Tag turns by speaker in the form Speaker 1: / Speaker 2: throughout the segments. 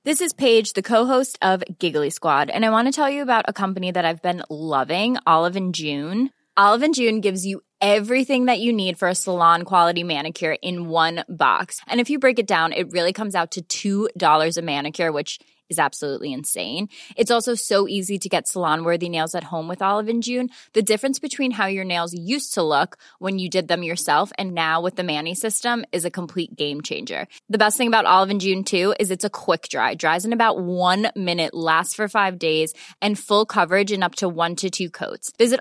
Speaker 1: This is Paige, the co-host of Giggly Squad, and I want to tell you about a company that I've been loving, Olive & June. Olive & June gives you everything that you need for a salon-quality manicure in one box. And if you break it down, it really comes out to $2 a manicure, which is absolutely insane. It's also so easy to get salon-worthy nails at home with Olive & June. The difference between how your nails used to look when you did them yourself and now with the Mani system is a complete game changer. The best thing about Olive & June, too, is it's a quick dry. Dries in about 1 minute, lasts for 5 days, and full coverage in up to 1 to 2 coats. Visit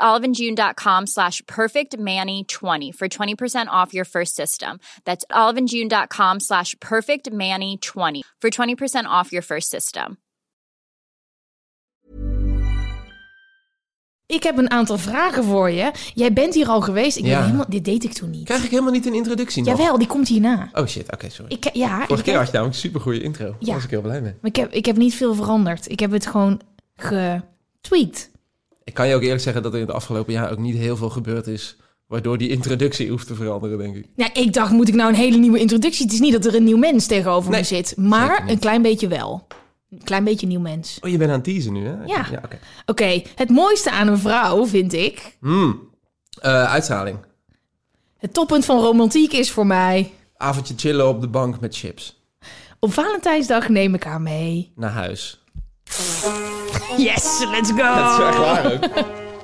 Speaker 1: oliveandjune.com/perfectmani20 for 20% off your first system. That's oliveandjune.com/perfectmani20 for 20% off your first system.
Speaker 2: Ik heb een aantal vragen voor je. Jij bent hier al geweest. Dit deed ik toen niet.
Speaker 3: Krijg ik helemaal niet een introductie nog?
Speaker 2: Jawel, die komt hierna.
Speaker 3: Oh shit, oké, sorry.
Speaker 2: Vorige
Speaker 3: keer had je namelijk een supergoeie intro. Daar was ik heel blij mee.
Speaker 2: Maar ik heb niet veel veranderd. Ik heb het gewoon getweakt.
Speaker 3: Ik kan je ook eerlijk zeggen dat er in het afgelopen jaar ook niet heel veel gebeurd is, waardoor die introductie hoeft te veranderen, denk ik.
Speaker 2: Ja, ik dacht, moet ik nou een hele nieuwe introductie? Het is niet dat er een nieuw mens tegenover me zit. Maar een klein beetje wel. Een klein beetje nieuw mens.
Speaker 3: Oh, je bent aan het teasen nu, hè?
Speaker 2: Ja. Oké. Het mooiste aan een vrouw, vind ik...
Speaker 3: Uitstraling.
Speaker 2: Het toppunt van romantiek is voor mij...
Speaker 3: Avondje chillen op de bank met chips.
Speaker 2: Op Valentijnsdag neem ik haar mee.
Speaker 3: Naar huis.
Speaker 2: Yes, let's go!
Speaker 3: Dat is echt waar ook.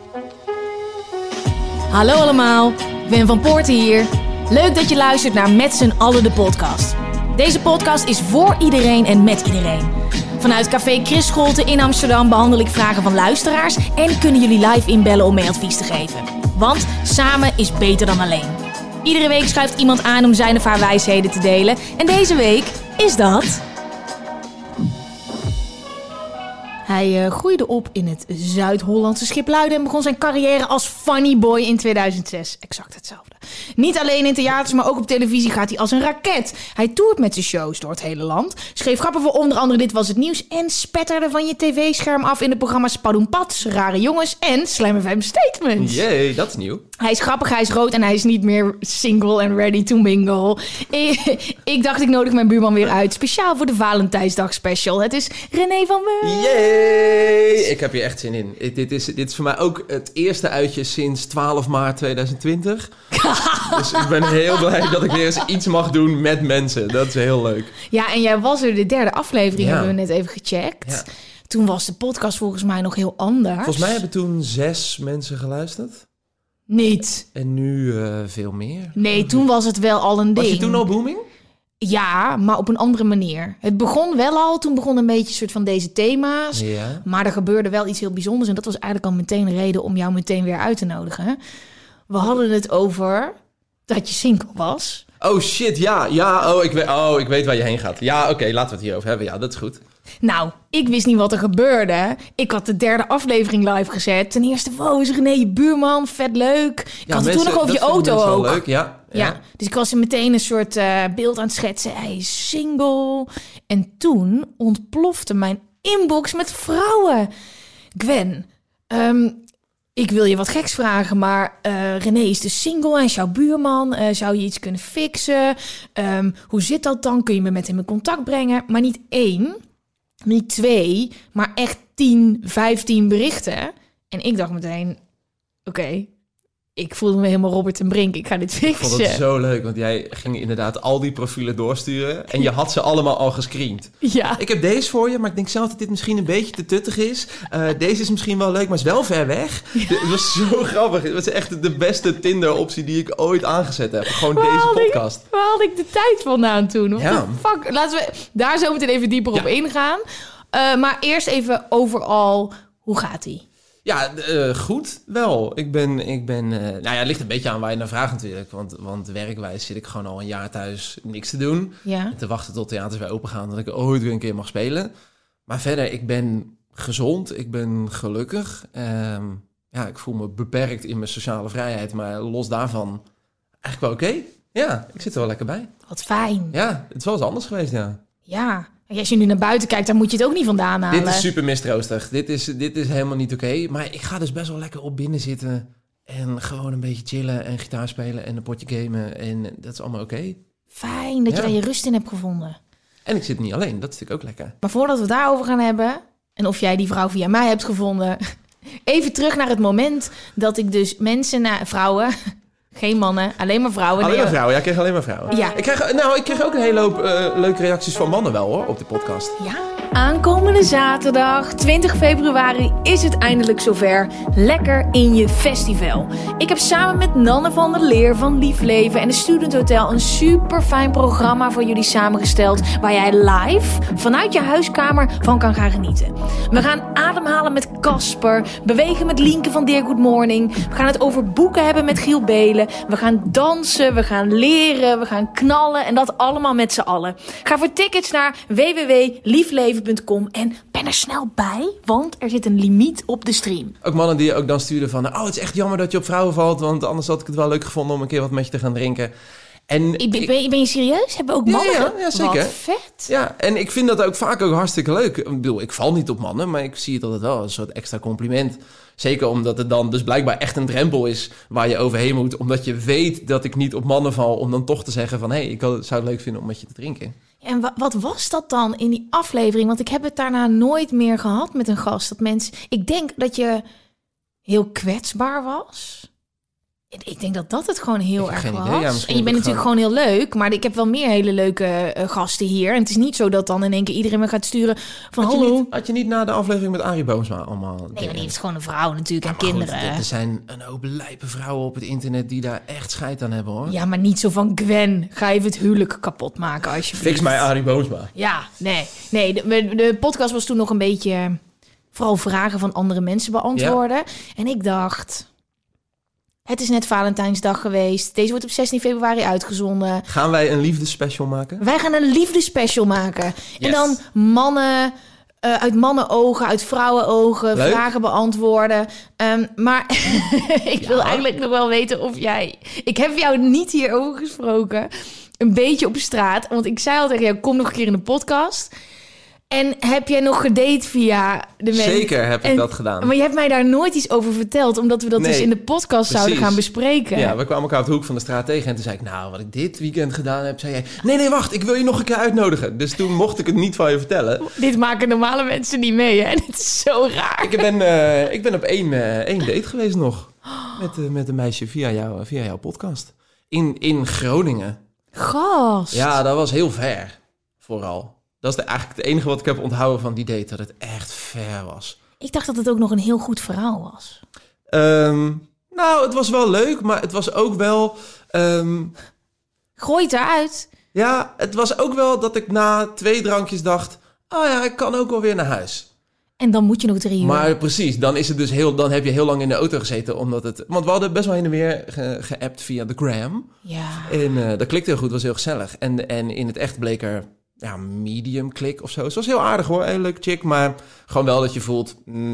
Speaker 2: Hallo allemaal, Wim van Poorten hier. Leuk dat je luistert naar Met z'n allen de podcast. Deze podcast is voor iedereen en met iedereen. Vanuit Café Chris Scholte in Amsterdam behandel ik vragen van luisteraars en kunnen jullie live inbellen om mee advies te geven. Want samen is beter dan alleen. Iedere week schuift iemand aan om zijn of haar wijsheden te delen. En deze week is dat... Hij groeide op in het Zuid-Hollandse Schipluiden en begon zijn carrière als funny boy in 2006. Exact hetzelfde. Niet alleen in theaters, maar ook op televisie gaat hij als een raket. Hij toert met zijn shows door het hele land. Schreef grappen voor onder andere Dit Was Het Nieuws en spetterde van je tv-scherm af in de programma's Padoenpats, Rare Jongens en Slam FM Statements.
Speaker 3: Jee, dat is nieuw.
Speaker 2: Hij is grappig, hij is rood en hij is niet meer single en ready to mingle. Ik dacht, ik nodig mijn buurman weer uit. Speciaal voor de Valentijnsdag special. Het is René van Meurs.
Speaker 3: Yay! Ik heb hier echt zin in. Dit is voor mij ook het eerste uitje sinds 12 maart 2020. Dus ik ben heel blij dat ik weer eens iets mag doen met mensen. Dat is heel leuk.
Speaker 2: Ja, en jij was er de 3e aflevering, hebben we net even gecheckt.
Speaker 3: Ja.
Speaker 2: Toen was de podcast volgens mij nog heel anders.
Speaker 3: Volgens mij hebben toen 6 mensen geluisterd.
Speaker 2: Niet.
Speaker 3: En nu veel meer.
Speaker 2: Nee, toen was het wel al een ding.
Speaker 3: Was je toen al booming?
Speaker 2: Ja, maar op een andere manier. Het begon wel al, toen begon een beetje een soort van deze thema's.
Speaker 3: Ja.
Speaker 2: Maar er gebeurde wel iets heel bijzonders. En dat was eigenlijk al meteen een reden om jou meteen weer uit te nodigen. We hadden het over dat je single was.
Speaker 3: Oh shit, ja. Ik weet waar je heen gaat. Ja, oké, laten we het hierover hebben. Ja, dat is goed.
Speaker 2: Nou, ik wist niet wat er gebeurde. Ik had de 3e aflevering live gezet. Ten eerste, wow, is René je buurman? Vet leuk. Ik had het toen nog over je auto ook.
Speaker 3: Leuk, ja.
Speaker 2: Dus ik was er meteen een soort beeld aan het schetsen. Hij is single. En toen ontplofte mijn inbox met vrouwen. Gwen, ik wil je wat geks vragen, maar René is dus single en is jouw buurman. Zou je iets kunnen fixen? Hoe zit dat dan? Kun je me met hem in contact brengen? Maar niet 1, niet 2, maar echt 10, 15 berichten. En ik dacht meteen, oké, ik voelde me helemaal Robert en Brink. Ik ga dit fixen.
Speaker 3: Ik vond het zo leuk, want jij ging inderdaad al die profielen doorsturen. En je had ze allemaal al gescreend.
Speaker 2: Ja.
Speaker 3: Ik heb deze voor je, maar ik denk zelf dat dit misschien een beetje te tuttig is. Deze is misschien wel leuk, maar is wel ver weg. Ja. Het was zo grappig. Het was echt de beste Tinder-optie die ik ooit aangezet heb. Gewoon deze podcast.
Speaker 2: Waar had ik de tijd vandaan toen? What the fuck? Laten we daar zo meteen even dieper op ingaan. Maar eerst even overal, hoe gaat ie?
Speaker 3: Ja, goed wel. Ik ben nou ja, het ligt een beetje aan waar je naar vraagt natuurlijk. Want werkwijs zit ik gewoon al een jaar thuis niks te doen.
Speaker 2: Ja.
Speaker 3: Te wachten tot theaters weer open gaan, dat ik ooit weer een keer mag spelen. Maar verder, ik ben gezond, ik ben gelukkig. Ja, ik voel me beperkt in mijn sociale vrijheid, maar los daarvan eigenlijk wel oké. Ja, ik zit er wel lekker bij.
Speaker 2: Wat fijn.
Speaker 3: Ja, het is wel eens anders geweest, ja.
Speaker 2: Ja, en als je nu naar buiten kijkt, dan moet je het ook niet vandaan halen.
Speaker 3: Dit is super mistroostig. Dit is helemaal niet oké. Maar ik ga dus best wel lekker op binnen zitten. En gewoon een beetje chillen en gitaar spelen en een potje gamen. En dat is allemaal oké.
Speaker 2: Fijn dat je daar je rust in hebt gevonden.
Speaker 3: En ik zit niet alleen, dat is natuurlijk ook lekker.
Speaker 2: Maar voordat we het daarover gaan hebben, en of jij die vrouw via mij hebt gevonden, even terug naar het moment dat ik dus vrouwen, geen mannen, alleen maar vrouwen.
Speaker 3: Alleen maar vrouwen, ja, ik kreeg alleen maar vrouwen.
Speaker 2: Ja.
Speaker 3: Ik kreeg ook een hele hoop leuke reacties van mannen wel hoor, op de podcast.
Speaker 2: Ja. Aankomende zaterdag, 20 februari, is het eindelijk zover. Lekker in je festival. Ik heb samen met Nanne van der Leer van Lief Leven en de Student Hotel een super fijn programma voor jullie samengesteld, waar jij live vanuit je huiskamer van kan gaan genieten. We gaan ademhalen met Casper, bewegen met Lienke van Dear Good Morning. We gaan het over boeken hebben met Giel Belen. We gaan dansen, we gaan leren, we gaan knallen en dat allemaal met z'n allen. Ga voor tickets naar www.liefleven.com en ben er snel bij, want er zit een limiet op de stream.
Speaker 3: Ook mannen die ook dan sturen van, het is echt jammer dat je op vrouwen valt, want anders had ik het wel leuk gevonden om een keer wat met je te gaan drinken. En
Speaker 2: ben je serieus? Hebben ook mannen?
Speaker 3: Ja, zeker.
Speaker 2: Wat vet.
Speaker 3: Ja, en ik vind dat ook vaak ook hartstikke leuk. Ik bedoel, ik val niet op mannen, maar ik zie het altijd wel als een soort extra compliment. Zeker omdat het dan dus blijkbaar echt een drempel is waar je overheen moet. Omdat je weet dat ik niet op mannen val, om dan toch te zeggen van, ik zou het leuk vinden om met je te drinken.
Speaker 2: En wat was dat dan in die aflevering? Want ik heb het daarna nooit meer gehad met een gast. Dat mensen, ik denk dat je heel kwetsbaar was. Ik denk dat het gewoon heel erg was.
Speaker 3: Idee, ja,
Speaker 2: en je bent natuurlijk gewoon heel leuk. Maar ik heb wel meer hele leuke gasten hier. En het is niet zo dat dan in één keer iedereen me gaat sturen van hallo.
Speaker 3: Had je niet na de aflevering met Arie Boomsma allemaal...
Speaker 2: Nee, maar die heeft gewoon een vrouw natuurlijk en kinderen.
Speaker 3: Goed, er zijn een hoop lijpe vrouwen op het internet die daar echt scheid aan hebben, hoor.
Speaker 2: Ja, maar niet zo van Gwen, ga even het huwelijk kapot maken alsjeblieft.
Speaker 3: Fix mij Arie Boomsma.
Speaker 2: Ja, nee. De podcast was toen nog een beetje vooral vragen van andere mensen beantwoorden. Ja. En ik dacht, het is net Valentijnsdag geweest. Deze wordt op 16 februari uitgezonden.
Speaker 3: Gaan wij een liefdespecial maken?
Speaker 2: Wij gaan een liefdespecial maken. Yes. En dan mannen, uit mannenogen, uit vrouwenogen, leuk. Vragen beantwoorden. Maar ik wil eigenlijk nog wel weten of jij... Ik heb jou niet hierover gesproken. Een beetje op straat. Want ik zei al tegen jou, kom nog een keer in de podcast. En heb jij nog gedate via de mensen?
Speaker 3: Zeker heb ik dat gedaan.
Speaker 2: Maar je hebt mij daar nooit iets over verteld, omdat we dat dus in de podcast zouden gaan bespreken.
Speaker 3: Ja, we kwamen elkaar op de hoek van de straat tegen en toen zei ik, wat ik dit weekend gedaan heb, zei jij, nee, wacht, ik wil je nog een keer uitnodigen. Dus toen mocht ik het niet van je vertellen.
Speaker 2: Dit maken normale mensen niet mee, hè? Dit is zo raar.
Speaker 3: Ik ben op één date geweest nog, met een meisje via jouw podcast. In Groningen.
Speaker 2: Gast.
Speaker 3: Ja, dat was heel ver, vooral. Dat is eigenlijk het enige wat ik heb onthouden van die date, dat het echt ver was.
Speaker 2: Ik dacht dat het ook nog een heel goed verhaal was.
Speaker 3: Het was wel leuk, maar het was ook wel...
Speaker 2: Gooi het eruit.
Speaker 3: Ja, het was ook wel dat ik na 2 drankjes dacht, ik kan ook wel weer naar huis.
Speaker 2: En dan moet je nog 3 uur.
Speaker 3: Maar precies, dan is het dus dan heb je heel lang in de auto gezeten, want we hadden best wel heen en weer geappt via de gram.
Speaker 2: Ja.
Speaker 3: En dat klikte heel goed, was heel gezellig. En in het echt bleek er... medium klik of zo. Ze was heel aardig hoor, een leuke chick, maar gewoon wel dat je voelt...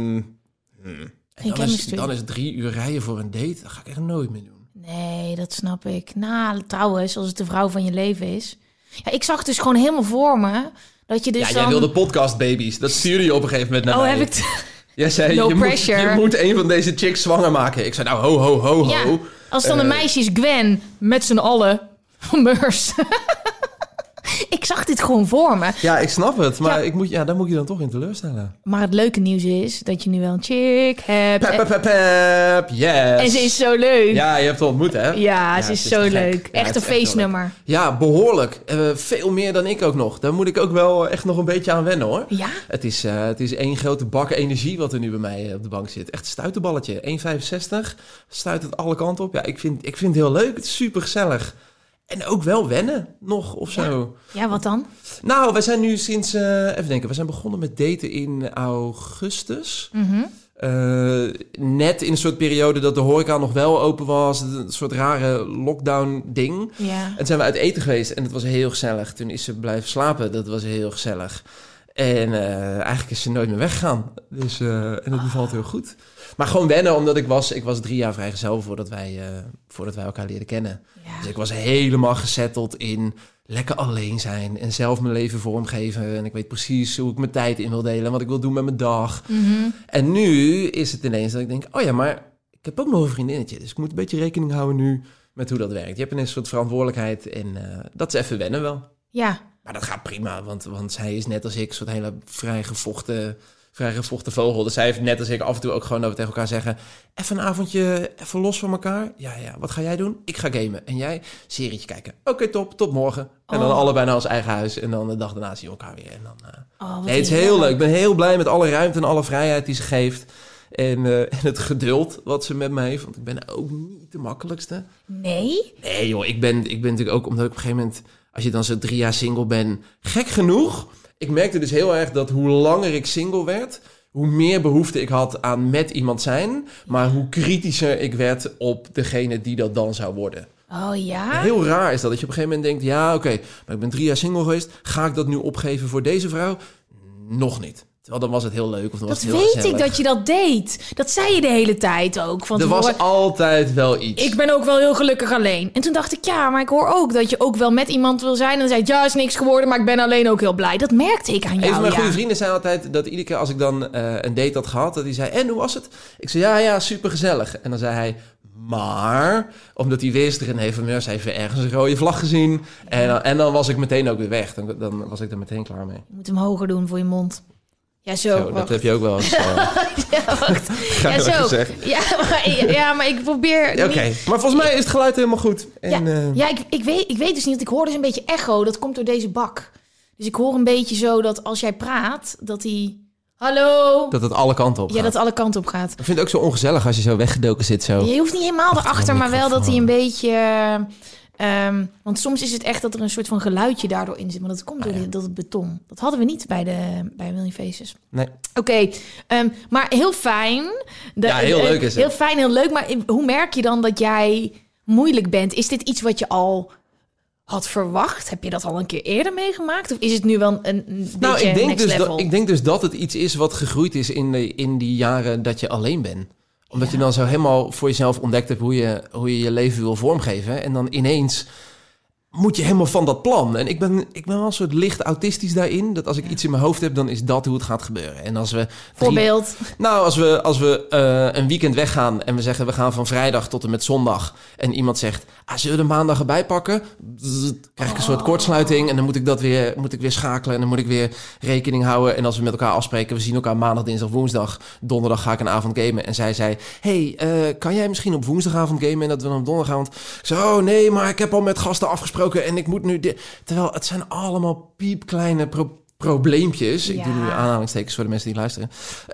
Speaker 3: Dan is 3 uur rijden voor een date, dat ga ik echt nooit meer doen.
Speaker 2: Nee, dat snap ik. Trouwens, als het de vrouw van je leven is. Ja, ik zag dus gewoon helemaal voor me, dat je dus
Speaker 3: jij wilde podcast babies, dat stuurde je op een gegeven moment naar mij.
Speaker 2: Heb ik...
Speaker 3: Jij zei, je moet een van deze chicks zwanger maken. Ik zei, ho.
Speaker 2: Ja, als dan een meisje is Gwen, met z'n allen, meurs. Ik zag dit gewoon voor me.
Speaker 3: Ja, ik snap het. Maar daar moet je dan toch in teleurstellen.
Speaker 2: Maar het leuke nieuws is dat je nu wel een chick hebt.
Speaker 3: Yes.
Speaker 2: En ze is zo leuk.
Speaker 3: Ja, je hebt haar ontmoet, hè?
Speaker 2: Ja, ze is zo leuk. Echt een feestnummer.
Speaker 3: Ja, behoorlijk. Veel meer dan ik ook nog. Daar moet ik ook wel echt nog een beetje aan wennen, hoor.
Speaker 2: Ja?
Speaker 3: Het is één grote bak energie wat er nu bij mij op de bank zit. Echt een stuiterballetje. 1,65. Stuit het alle kanten op. Ja, ik vind het heel leuk. Het is super gezellig. En ook wel wennen nog of zo.
Speaker 2: Ja, wat dan?
Speaker 3: Nou, wij zijn nu sinds... even denken, we zijn begonnen met daten in augustus.
Speaker 2: Mm-hmm.
Speaker 3: Net in een soort periode dat de horeca nog wel open was. Een soort rare lockdown-ding.
Speaker 2: Ja.
Speaker 3: En zijn we uit eten geweest en het was heel gezellig. Toen is ze blijven slapen, dat was heel gezellig. En eigenlijk is ze nooit meer weggegaan. Dus, en dat bevalt heel goed. Maar gewoon wennen, omdat ik was 3 jaar vrijgezel voordat wij elkaar leerden kennen. Ja. Dus ik was helemaal gezetteld in lekker alleen zijn en zelf mijn leven vormgeven. En ik weet precies hoe ik mijn tijd in wil delen en wat ik wil doen met mijn dag.
Speaker 2: Mm-hmm.
Speaker 3: En nu is het ineens dat ik denk, maar ik heb ook nog een vriendinnetje. Dus ik moet een beetje rekening houden nu met hoe dat werkt. Je hebt een soort verantwoordelijkheid en dat is even wennen wel.
Speaker 2: Ja,
Speaker 3: Maar dat gaat prima, want zij is net als ik... zo'n hele vrij gevochten vogel. Dus zij heeft net als ik af en toe ook gewoon dat we tegen elkaar zeggen... even een avondje, even los van elkaar. Ja, wat ga jij doen? Ik ga gamen. En jij? Serietje kijken. Oké, top, tot morgen. En dan allebei naar ons eigen huis. En dan de dag daarna zien we elkaar weer. En dan, het is heel leuk. Ik ben heel blij met alle ruimte en alle vrijheid die ze geeft. En het geduld wat ze met me heeft. Want ik ben ook niet de makkelijkste.
Speaker 2: Nee?
Speaker 3: Nee joh, ik ben natuurlijk ook... omdat ik op een gegeven moment... als je dan zo 3 jaar single bent... gek genoeg... Ik merkte dus heel erg dat hoe langer ik single werd... hoe meer behoefte ik had aan met iemand zijn... maar hoe kritischer ik werd op degene die dat dan zou worden.
Speaker 2: Oh ja?
Speaker 3: Heel raar is dat je op een gegeven moment denkt... ja, oké, maar ik ben 3 jaar single geweest... ga ik dat nu opgeven voor deze vrouw? Nog niet. Terwijl dan was het heel leuk. Of dan was het heel
Speaker 2: weet
Speaker 3: gezellig.
Speaker 2: Ik dat je dat deed. Dat zei je de hele tijd ook.
Speaker 3: Er was altijd wel iets.
Speaker 2: Ik ben ook wel heel gelukkig alleen. En toen dacht ik, ja, maar ik hoor ook dat je ook wel met iemand wil zijn. En dan zei ik, ja, is niks geworden, maar ik ben alleen ook heel blij. Dat merkte ik aan jou,
Speaker 3: Een van mijn goede vrienden zei altijd dat iedere keer als ik dan een date had gehad... dat hij zei, en hoe was het? Ik zei, ja, super gezellig. En dan zei hij... Maar, omdat hij wist, René heeft even ergens een rode vlag gezien. En dan was ik meteen ook weer weg. Dan was ik er meteen klaar mee.
Speaker 2: Je moet hem hoger doen voor je mond. Ja, zo.
Speaker 3: Dat heb je ook wel eens.
Speaker 2: Ja, wacht. Ja, zo. Ja, maar ik probeer...
Speaker 3: Oké, maar volgens mij is het geluid helemaal goed. En,
Speaker 2: ik weet dus niet, ik hoor dus een beetje echo. Dat komt door deze bak. Dus ik hoor een beetje zo dat als jij praat, dat hij... Hallo?
Speaker 3: Dat het alle kanten op gaat.
Speaker 2: Ja, dat alle kanten op gaat.
Speaker 3: Ik vind het ook zo ongezellig als je zo weggedoken zit. Zo.
Speaker 2: Je hoeft niet helemaal erachter, maar wel dat hij een beetje... want soms is het echt dat er een soort van geluidje daardoor in zit. Maar dat komt door het beton. Dat hadden we niet bij Million Faces.
Speaker 3: Nee.
Speaker 2: Oké, maar heel fijn.
Speaker 3: Heel leuk is het.
Speaker 2: Heel fijn, heel leuk. Maar hoe merk je dan dat jij moeilijk bent? Is dit iets wat je al had verwacht? Heb je dat al een keer eerder meegemaakt? Of is het nu wel een beetje next level?
Speaker 3: Ik denk dus dat het iets is wat gegroeid is in die jaren dat je alleen bent. Omdat je dan zo helemaal voor jezelf ontdekt hebt hoe je leven wil vormgeven. En dan ineens moet je helemaal van dat plan. En ik ben wel een soort licht autistisch daarin. Dat als ik iets in mijn hoofd heb, dan is dat hoe het gaat gebeuren. En als we...
Speaker 2: Voorbeeld?
Speaker 3: Nou, als we een weekend weggaan en we zeggen... we gaan van vrijdag tot en met zondag... en iemand zegt, zullen we de maandag erbij pakken? Krijg ik een soort kortsluiting... en dan moet ik weer schakelen... en dan moet ik weer rekening houden. En als we met elkaar afspreken... we zien elkaar maandag, dinsdag, woensdag... donderdag ga ik een avond gamen. En zij zei... kan jij misschien op woensdagavond gamen... en dat we dan op donderdagavond... Zo, nee, maar ik heb al met gasten afgesproken... en ik moet nu... Terwijl het zijn allemaal piepkleine probleempjes. Ik doe nu aanhalingstekens voor de mensen die luisteren.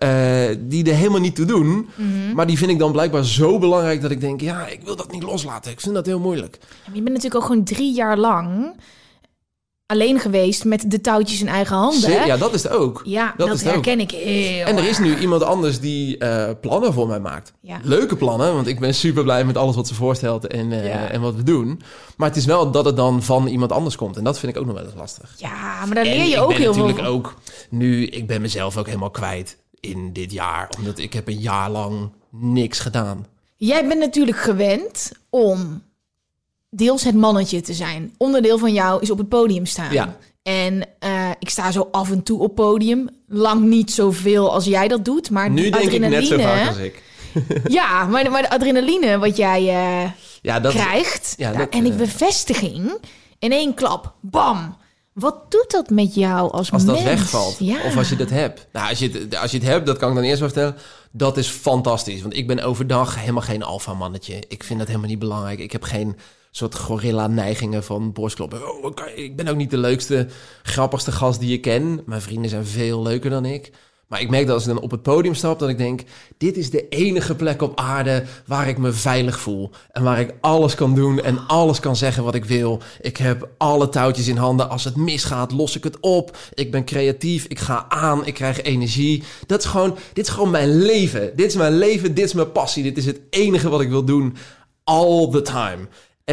Speaker 3: Die er helemaal niet toe doen. Mm-hmm. Maar die vind ik dan blijkbaar zo belangrijk dat ik denk... ja, ik wil dat niet loslaten. Ik vind dat heel moeilijk.
Speaker 2: Ja, maar je bent natuurlijk ook gewoon 3 jaar lang... alleen geweest met de touwtjes in eigen handen.
Speaker 3: Ja, dat is het ook.
Speaker 2: Ja, dat herken ik heel
Speaker 3: En er is nu iemand anders die plannen voor mij maakt.
Speaker 2: Ja.
Speaker 3: Leuke plannen, want ik ben super blij met alles wat ze voorstelt en wat we doen. Maar het is wel dat het dan van iemand anders komt. En dat vind ik ook nog wel eens lastig.
Speaker 2: Ja, maar daar leer je ook heel veel van.
Speaker 3: Ook nu, ik ben mezelf ook helemaal kwijt in dit jaar. Omdat ik heb een jaar lang niks gedaan. Jij
Speaker 2: bent natuurlijk gewend om... deels het mannetje te zijn. Onderdeel van jou is op het podium staan.
Speaker 3: Ja.
Speaker 2: En ik sta zo af en toe op podium. Lang niet zoveel als jij dat doet. Maar
Speaker 3: nu
Speaker 2: die
Speaker 3: denk
Speaker 2: adrenaline...
Speaker 3: ik net zo vaak als ik.
Speaker 2: Ja, maar de adrenaline wat jij krijgt... en die bevestiging in 1 klap. Bam! Wat doet dat met jou als mens?
Speaker 3: Als dat wegvalt.
Speaker 2: Ja.
Speaker 3: Of als je dat hebt. Nou, als je het hebt, dat kan ik dan eerst wel vertellen. Dat is fantastisch. Want ik ben overdag helemaal geen alfa mannetje. Ik vind dat helemaal niet belangrijk. Ik heb geen... soort gorilla-neigingen van borstkloppen. Ik ben ook niet de leukste, grappigste gast die je ken. Mijn vrienden zijn veel leuker dan ik. Maar ik merk dat als ik dan op het podium stap... dat ik denk, dit is de enige plek op aarde... waar ik me veilig voel. En waar ik alles kan doen en alles kan zeggen wat ik wil. Ik heb alle touwtjes in handen. Als het misgaat, los ik het op. Ik ben creatief, ik ga aan, ik krijg energie. Dit is gewoon mijn leven. Dit is mijn leven, dit is mijn passie. Dit is het enige wat ik wil doen. All the time.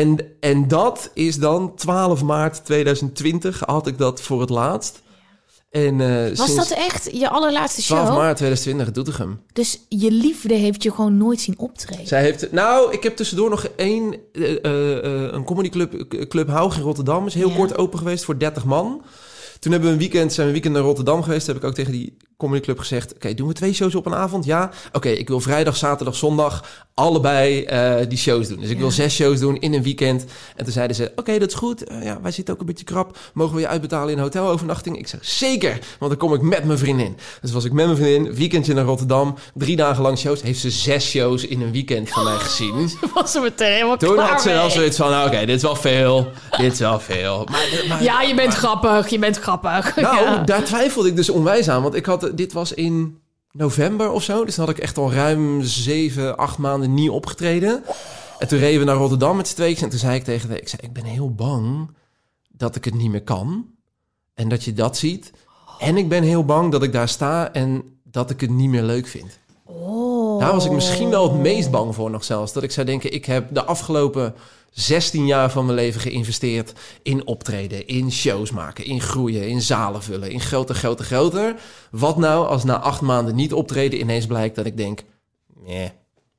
Speaker 3: En dat is dan 12 maart 2020 had ik dat voor het laatst. En,
Speaker 2: was dat echt je allerlaatste show?
Speaker 3: 12 maart 2020, Doetinchem.
Speaker 2: Dus je liefde heeft je gewoon nooit zien optreden?
Speaker 3: Zij heeft... Nou, ik heb tussendoor nog een comedyclub, Club Haug in Rotterdam. Is heel kort open geweest voor 30 man. Toen zijn we een weekend naar Rotterdam geweest. Heb ik ook tegen die Comedy Club gezegd... Oké, doen we 2 shows op een avond? Ja. Oké, ik wil vrijdag, zaterdag, zondag... allebei die shows doen. Dus ik wil 6 shows doen in een weekend. En toen zeiden ze... Oké, dat is goed. Wij zitten ook een beetje krap. Mogen we je uitbetalen in hotelovernachting? Ik zeg, zeker. Want dan kom ik met mijn vriendin. Dus was ik met mijn vriendin... weekendje naar Rotterdam. 3 dagen lang shows. Heeft ze 6 shows in een weekend van mij gezien.
Speaker 2: Was ze meteen helemaal
Speaker 3: Toen
Speaker 2: klaar
Speaker 3: had ze
Speaker 2: mee.
Speaker 3: wel zoiets van... Oké, dit is wel veel. Dit is wel veel. Maar
Speaker 2: Ja, je bent grappig. Je bent grappig.
Speaker 3: nou,
Speaker 2: Ja.
Speaker 3: daar twijfelde ik dus onwijs aan. Want dit was in november of zo. Dus dan had ik echt al ruim 7, 8 maanden niet opgetreden. En toen reden we naar Rotterdam met z'n tweeën. En toen zei ik tegen haar... Ik ben heel bang dat ik het niet meer kan. En dat je dat ziet. En ik ben heel bang dat ik daar sta en dat ik het niet meer leuk vind.
Speaker 2: Oh.
Speaker 3: Daar was ik misschien wel het meest bang voor nog zelfs. Dat ik zou denken, ik heb de afgelopen 16 jaar van mijn leven geïnvesteerd in optreden, in shows maken, in groeien, in zalen vullen, in groter. Wat nou als na 8 maanden niet optreden ineens blijkt dat ik denk, nee,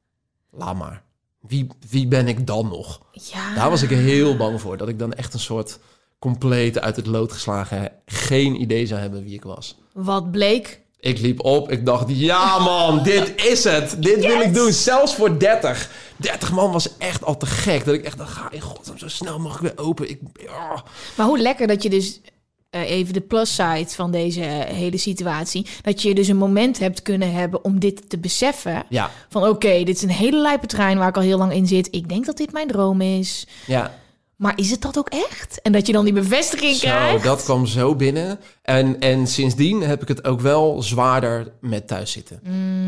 Speaker 3: laat maar. Wie ben ik dan nog?
Speaker 2: Ja.
Speaker 3: Daar was ik heel bang voor. Dat ik dan echt een soort compleet uit het lood geslagen, geen idee zou hebben wie ik was.
Speaker 2: Wat bleek?
Speaker 3: Ik liep op, ik dacht, ja man, dit is het. Dit wil ik doen, zelfs voor 30. 30 man was echt al te gek. Dat ik echt dacht, ga in godsnaam zo snel mogelijk weer open.
Speaker 2: Maar hoe lekker dat je dus... even de plus side van deze hele situatie... dat je dus een moment hebt kunnen hebben om dit te beseffen.
Speaker 3: Ja.
Speaker 2: Van oké, dit is een hele lijpe trein waar ik al heel lang in zit. Ik denk dat dit mijn droom is.
Speaker 3: Ja.
Speaker 2: Maar is het dat ook echt? En dat je dan die bevestiging krijgt?
Speaker 3: Dat kwam zo binnen. En sindsdien heb ik het ook wel zwaarder met thuiszitten.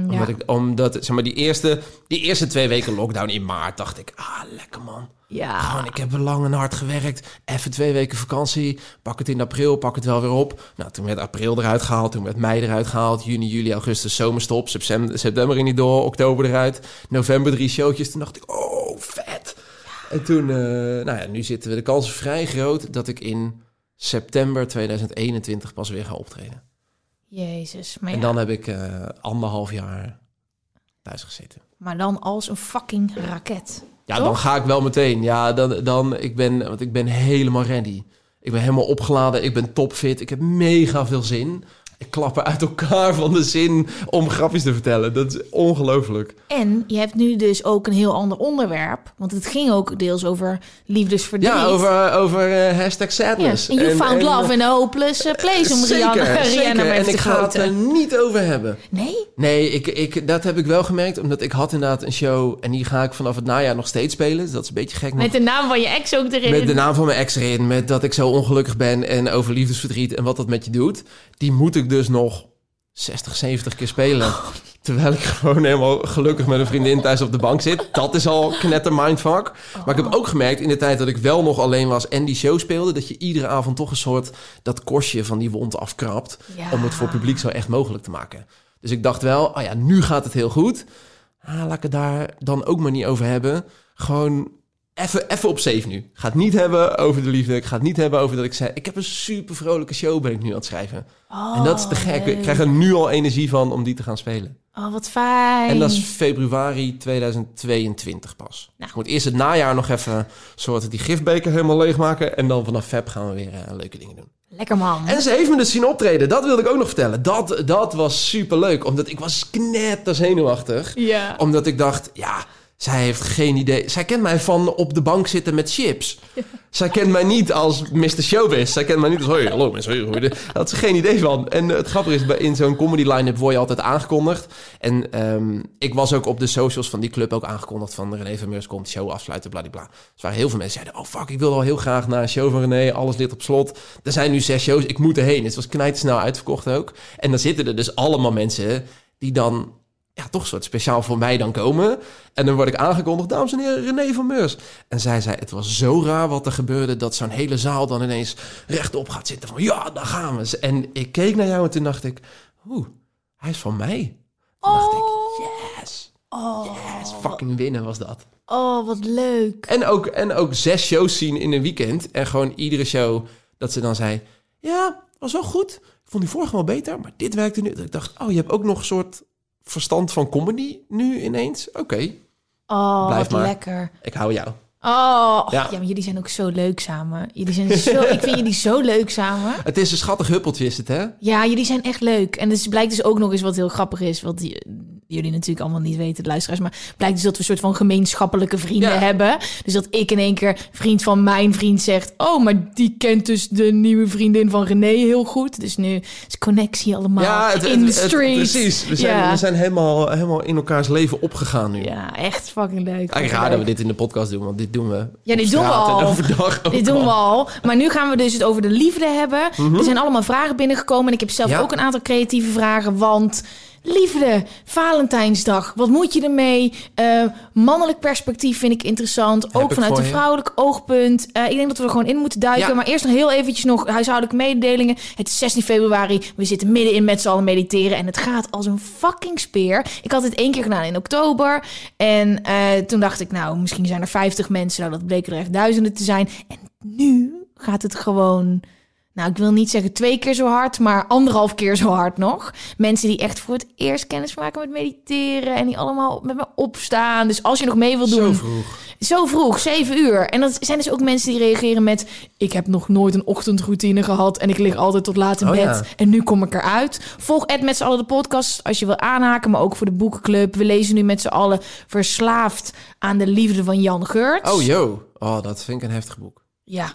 Speaker 3: Omdat zeg maar, die eerste 2 weken lockdown in maart dacht ik... lekker man.
Speaker 2: Ja.
Speaker 3: Gewoon, ik heb lang en hard gewerkt. Even 2 weken vakantie. Pak het in april, pak het wel weer op. Nou, toen werd april eruit gehaald. Toen werd mei eruit gehaald. Juni, juli, augustus, zomerstop. September er niet door. Oktober eruit. November 3 showtjes. Toen dacht ik, oh, vet. En toen, nu zitten we. De kans is vrij groot dat ik in september 2021 pas weer ga optreden.
Speaker 2: Jezus. Maar
Speaker 3: en dan heb ik 1,5 jaar thuis gezeten.
Speaker 2: Maar dan als een fucking raket.
Speaker 3: Ja,
Speaker 2: toch?
Speaker 3: dan ga ik wel meteen. Ja, want ik ben helemaal ready. Ik ben helemaal opgeladen. Ik ben topfit. Ik heb mega veel zin. Ik klap er uit elkaar van de zin om grapjes te vertellen. Dat is ongelooflijk.
Speaker 2: En je hebt nu dus ook een heel ander onderwerp. Want het ging ook deels over liefdesverdriet.
Speaker 3: Ja, over hashtag sadness.
Speaker 2: Yes. You found love in a hopeless place. Om Rihanna mee
Speaker 3: en
Speaker 2: te
Speaker 3: ik ga het er
Speaker 2: quoten.
Speaker 3: niet over hebben.
Speaker 2: Nee?
Speaker 3: Nee, dat heb ik wel gemerkt. Omdat ik had inderdaad een show. En die ga ik vanaf het najaar nog steeds spelen. Dus dat is een beetje gek.
Speaker 2: Met de naam van je ex ook erin.
Speaker 3: Met de naam van mijn ex erin. Met dat ik zo ongelukkig ben. En over liefdesverdriet. En wat dat met je doet. Die moet ik dus nog 60, 70 keer spelen. Terwijl ik gewoon helemaal gelukkig met een vriendin thuis op de bank zit. Dat is al knetter mindfuck. Maar ik heb ook gemerkt in de tijd dat ik wel nog alleen was en die show speelde, dat je iedere avond toch een soort dat korstje van die wond afkrabt.
Speaker 2: Ja.
Speaker 3: Om het voor publiek zo echt mogelijk te maken. Dus ik dacht wel, nu gaat het heel goed. Laat ik het daar dan ook maar niet over hebben. Gewoon even op safe nu. Ik ga het niet hebben over de liefde. Ik ga het niet hebben over dat ik zei... Ik heb een super vrolijke show ben ik nu aan het schrijven. En dat is te gek. Ik krijg er nu al energie van om die te gaan spelen.
Speaker 2: Oh, wat fijn.
Speaker 3: En dat is februari 2022 pas.
Speaker 2: Nou.
Speaker 3: Ik moet eerst het najaar nog even soort die gifbeker helemaal leegmaken. En dan vanaf Feb gaan we weer leuke dingen doen.
Speaker 2: Lekker man.
Speaker 3: En ze heeft me dus zien optreden. Dat wilde ik ook nog vertellen. Dat was super leuk. Omdat ik was knetter zenuwachtig.
Speaker 2: Ja.
Speaker 3: Omdat ik dacht, zij heeft geen idee. Zij kent mij van op de bank zitten met chips. Ja. Zij kent mij niet als Mr. Showbiz. Zij kent mij niet als, hoi, hallo mensen. Daar had ze geen idee van. En het grappige is, in zo'n comedy line-up word je altijd aangekondigd. En ik was ook op de socials van die club ook aangekondigd van René Vermeurs komt, show afsluiten, bladibla. Dus er waren heel veel mensen die zeiden, oh fuck, ik wil al heel graag naar een show van René. Alles ligt op slot. Er zijn nu 6 shows, ik moet erheen. Het was knijtersnel uitverkocht ook. En dan zitten er dus allemaal mensen die dan toch een soort speciaal voor mij dan komen. En dan word ik aangekondigd, dames en heren, René Vermeurs. En zij zei, het was zo raar wat er gebeurde, dat zo'n hele zaal dan ineens rechtop gaat zitten van, ja, daar gaan we. En ik keek naar jou en toen dacht ik, hij is van mij. Toen dacht ik, yes. Yes, fucking winnen was dat.
Speaker 2: Oh, wat leuk.
Speaker 3: En ook 6 shows zien in een weekend. En gewoon iedere show dat ze dan zei, ja, was wel goed. Ik vond die vorige wel beter, maar dit werkte nu. Ik dacht, je hebt ook nog een soort verstand van comedy nu ineens? Oké.
Speaker 2: Oh,
Speaker 3: blijf
Speaker 2: wat
Speaker 3: maar.
Speaker 2: lekker.
Speaker 3: Ik hou jou.
Speaker 2: Oh,
Speaker 3: Ja.
Speaker 2: ja, maar jullie zijn ook zo leuk samen. Ik vind jullie zo leuk samen.
Speaker 3: Het is een schattig huppeltje, is het, hè?
Speaker 2: Ja, jullie zijn echt leuk. En het blijkt dus ook nog eens wat heel grappig is. Wat jullie natuurlijk allemaal niet weten, de luisteraars. Maar het blijkt dus dat we een soort van gemeenschappelijke vrienden hebben. Dus dat ik in één keer vriend van mijn vriend zegt... oh, maar die kent dus de nieuwe vriendin van René heel goed. Dus nu is connectie allemaal in de street.
Speaker 3: Precies. We zijn helemaal in elkaars leven opgegaan nu.
Speaker 2: Ja, echt fucking leuk.
Speaker 3: Eigenlijk raar dat we dit in de podcast doen, want dit doen we.
Speaker 2: Ja, dit doen we al.
Speaker 3: Overdag ook
Speaker 2: dit doen we al. Maar nu gaan we dus het over de liefde hebben.
Speaker 3: Mm-hmm.
Speaker 2: Er zijn allemaal vragen binnengekomen. En ik heb zelf ook een aantal creatieve vragen. Want liefde, Valentijnsdag, wat moet je ermee? Mannelijk perspectief vind ik interessant. Ook vanuit een vrouwelijk oogpunt. Ik denk dat we er gewoon in moeten duiken. Ja. Maar eerst nog heel eventjes nog huishoudelijke mededelingen. Het is 16 februari. We zitten middenin met z'n allen mediteren. En het gaat als een fucking speer. Ik had het 1 keer gedaan in oktober. En toen dacht ik, nou, misschien zijn er 50 mensen. Nou, dat bleken er echt duizenden te zijn. En nu gaat het gewoon... Nou, ik wil niet zeggen 2 keer zo hard, maar 1,5 keer zo hard nog. Mensen die echt voor het eerst kennis maken met mediteren... en die allemaal met me opstaan. Dus als je nog mee wilt doen... Zo vroeg, 7 uur. En dat zijn dus ook mensen die reageren met... ik heb nog nooit een ochtendroutine gehad... en ik lig altijd tot laat in bed. Ja. En nu kom ik eruit. Volg met z'n allen de podcast als je wil aanhaken... maar ook voor de boekenclub. We lezen nu met z'n allen Verslaafd aan de liefde van Jan Geurts.
Speaker 3: Oh, yo. Oh, dat vind ik een heftig boek.
Speaker 2: Ja.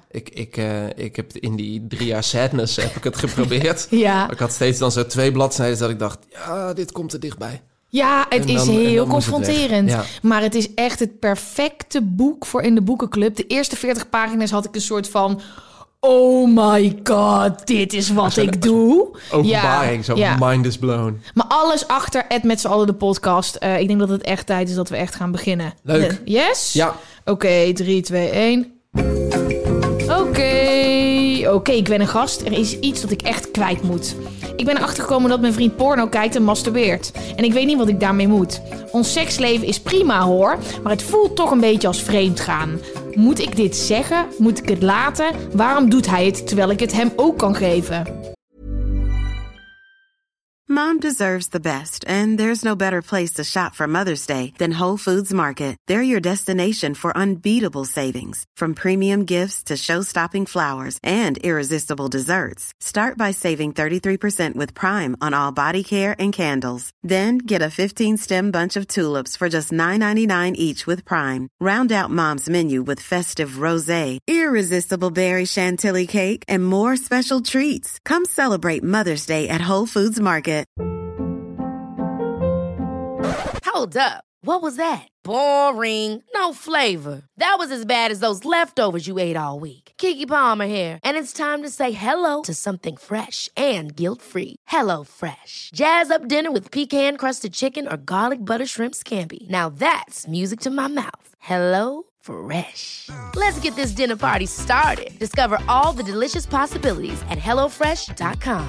Speaker 3: Ik heb in die 3 jaar sadness heb ik het geprobeerd.
Speaker 2: Ja.
Speaker 3: Ik had steeds dan zo 2 bladzijden dat ik dacht... ja, dit komt er dichtbij.
Speaker 2: Ja, het is heel confronterend. Ja. Maar het is echt het perfecte boek voor in de boekenclub. De eerste 40 pagina's had ik een soort van... oh my god, dit is wat ik doe.
Speaker 3: Openbaring, mind is blown.
Speaker 2: Maar alles achter met z'n allen de podcast. Ik denk dat het echt tijd is dat we echt gaan beginnen.
Speaker 3: Leuk.
Speaker 2: Yes?
Speaker 3: Ja.
Speaker 2: Oké, 3, 2, 1... Oké, ik ben een gast. Er is iets dat ik echt kwijt moet. Ik ben erachter gekomen dat mijn vriend porno kijkt en masturbeert. En ik weet niet wat ik daarmee moet. Ons seksleven is prima hoor, maar het voelt toch een beetje als vreemdgaan. Moet ik dit zeggen? Moet ik het laten? Waarom doet hij het terwijl ik het hem ook kan geven?
Speaker 4: Mom deserves the best, and there's no better place to shop for Mother's Day than Whole Foods Market. They're your destination for unbeatable savings, from premium gifts to show-stopping flowers and irresistible desserts. Start by saving 33% with Prime on all body care and candles. Then get a 15-stem bunch of tulips for just $9.99 each with Prime. Round out Mom's menu with festive rosé, irresistible berry chantilly cake, and more special treats. Come celebrate Mother's Day at Whole Foods Market.
Speaker 5: Hold up. What was that? Boring. No flavor. That was as bad as those leftovers you ate all week. Keke Palmer here, and it's time to say hello to something fresh and guilt-free. Hello Fresh. Jazz up dinner with pecan-crusted chicken or garlic butter shrimp scampi. Now that's music to my mouth. Hello Fresh. Let's get this dinner party started. Discover all the delicious possibilities at hellofresh.com.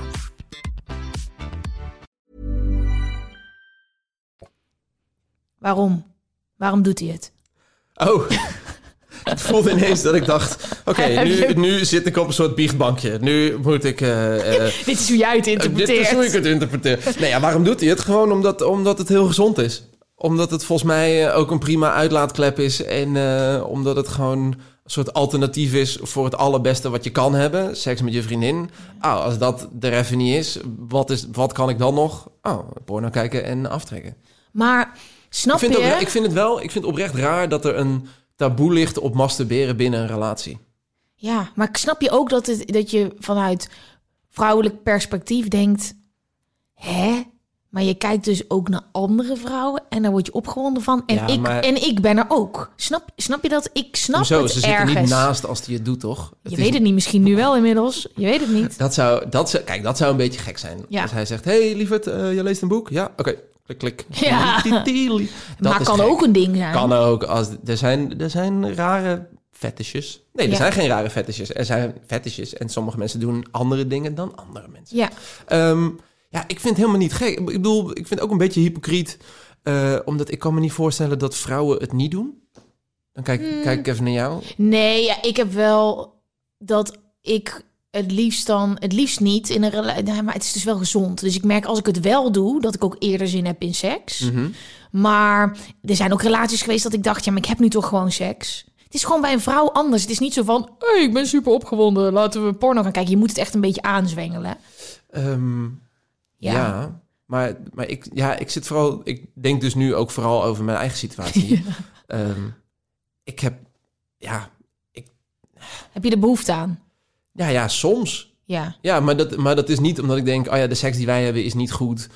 Speaker 2: Waarom? Waarom doet hij het?
Speaker 3: Oh, het voelde ineens dat ik dacht... Oké, nu zit ik op een soort biechtbankje. Nu moet ik...
Speaker 2: dit is hoe jij het interpreteert.
Speaker 3: Dit is hoe ik het interpreteer. Nee, ja, waarom doet hij het? Gewoon omdat het heel gezond is. Omdat het volgens mij ook een prima uitlaatklep is. En omdat het gewoon een soort alternatief is voor het allerbeste wat je kan hebben. Seks met je vriendin. Oh, als dat er even niet is, wat kan ik dan nog? Oh, porno kijken en aftrekken.
Speaker 2: Maar... Snap je?
Speaker 3: Ik vind het oprecht raar dat er een taboe ligt op masturberen binnen een relatie.
Speaker 2: Ja, maar snap je ook dat je vanuit vrouwelijk perspectief denkt... Hè? Maar je kijkt dus ook naar andere vrouwen en daar word je opgewonden van. En ik ben er ook. Snap je dat? Ik snap het ergens.
Speaker 3: Ze zitten niet naast als die het doet, toch?
Speaker 2: Je weet het niet, misschien nu wel inmiddels. Je weet het niet.
Speaker 3: Dat zou een beetje gek zijn.
Speaker 2: Ja.
Speaker 3: Als hij zegt, hey lieverd, je leest een boek? Ja, oké. Klik.
Speaker 2: Ja.
Speaker 3: Dat
Speaker 2: maar kan gek. Ook een ding zijn.
Speaker 3: Kan ook. Er zijn rare fetishes. Nee, er zijn geen rare fetishes. Er zijn fetishes en sommige mensen doen andere dingen dan andere mensen.
Speaker 2: Ja.
Speaker 3: Ik vind het helemaal niet gek. Ik bedoel, ik vind het ook een beetje hypocriet. Omdat ik kan me niet voorstellen dat vrouwen het niet doen. Dan kijk ik even naar jou.
Speaker 2: Nee, ja, ik heb wel dat ik... Het liefst niet in een relatie. Maar het is dus wel gezond. Dus ik merk als ik het wel doe, dat ik ook eerder zin heb in seks. Mm-hmm. Maar er zijn ook relaties geweest dat ik dacht, ja, maar ik heb nu toch gewoon seks. Het is gewoon bij een vrouw anders. Het is niet zo van, hey, ik ben super opgewonden, laten we porno gaan kijken. Je moet het echt een beetje aanzwengelen.
Speaker 3: Ja, maar ik zit vooral... Ik denk dus nu ook vooral over mijn eigen situatie. Ik heb...
Speaker 2: Heb je er behoefte aan?
Speaker 3: Ja, soms. Ja, maar dat is niet omdat ik denk... de seks die wij hebben is niet goed.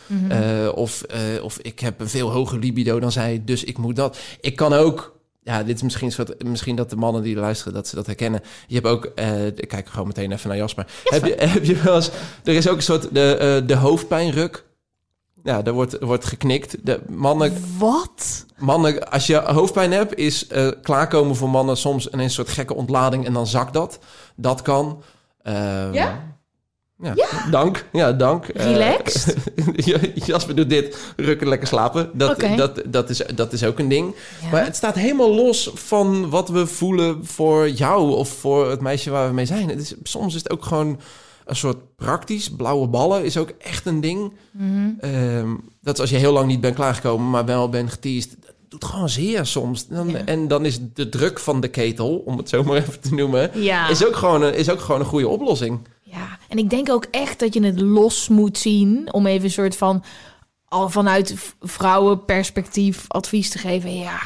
Speaker 3: Of ik heb een veel hoger libido dan zij, dus ik moet dat. Ik kan ook... Ja, dit is misschien dat de mannen die luisteren, dat ze dat herkennen. Je hebt ook... ik kijk gewoon meteen even naar Jasper. Heb je wel eens... Er is ook een soort de hoofdpijnruk. Ja, er wordt geknikt. De mannen...
Speaker 2: Wat?
Speaker 3: Mannen, als je hoofdpijn hebt, is klaarkomen voor mannen soms een soort gekke ontlading en dan zakt dat. Dat kan. Ja? Dank. Ja, dank.
Speaker 2: Relaxed.
Speaker 3: Jasper doet dit. Rukken, lekker slapen. Dat is ook een ding. Ja. Maar het staat helemaal los van wat we voelen voor jou of voor het meisje waar we mee zijn. Soms is het ook gewoon een soort praktisch. Blauwe ballen is ook echt een ding. Dat is als je heel lang niet bent klaargekomen, maar wel bent geteased. Dat doet gewoon zeer soms. En dan is de druk van de ketel, om het zo maar even te noemen, is ook gewoon een goede oplossing. Ja,
Speaker 2: en ik denk ook echt dat je het los moet zien om even een soort van al vanuit vrouwenperspectief advies te geven. Ja,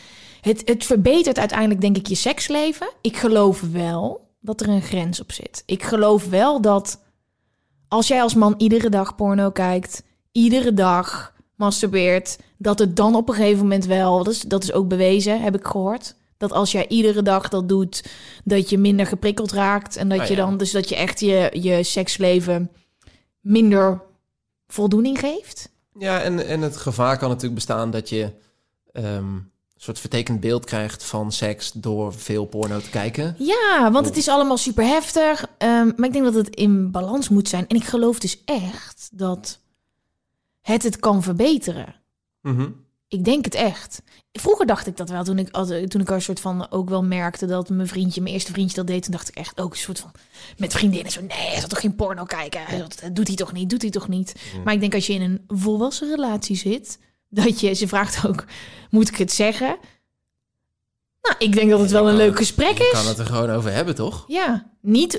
Speaker 2: het verbetert uiteindelijk denk ik je seksleven. Ik geloof wel dat er een grens op zit. Ik geloof wel dat als jij als man iedere dag porno kijkt, iedere dag masturbeert, dat het dan op een gegeven moment wel, dat is ook bewezen, heb ik gehoord, dat als jij iedere dag dat doet, dat je minder geprikkeld raakt en dat je dan, dus dat je echt je seksleven minder voldoening geeft.
Speaker 3: Ja, en het gevaar kan natuurlijk bestaan dat je een soort vertekend beeld krijgt van seks door veel porno te kijken. Ja,
Speaker 2: want het is allemaal super heftig. Maar ik denk dat het in balans moet zijn. En ik geloof dus echt dat het kan verbeteren. Ik denk het echt. Vroeger dacht ik dat wel, toen ik een soort van ook wel merkte dat mijn eerste vriendje dat deed, toen dacht ik echt ook een soort van met vriendinnen zo, nee, hij zal toch geen porno kijken? Dat doet hij toch niet? Maar ik denk als je in een volwassen relatie zit, ze vraagt ook, moet ik het zeggen? Nou, ik denk dat het wel een leuk gesprek is. Je
Speaker 3: kan het er gewoon over hebben, toch?
Speaker 2: Ja, niet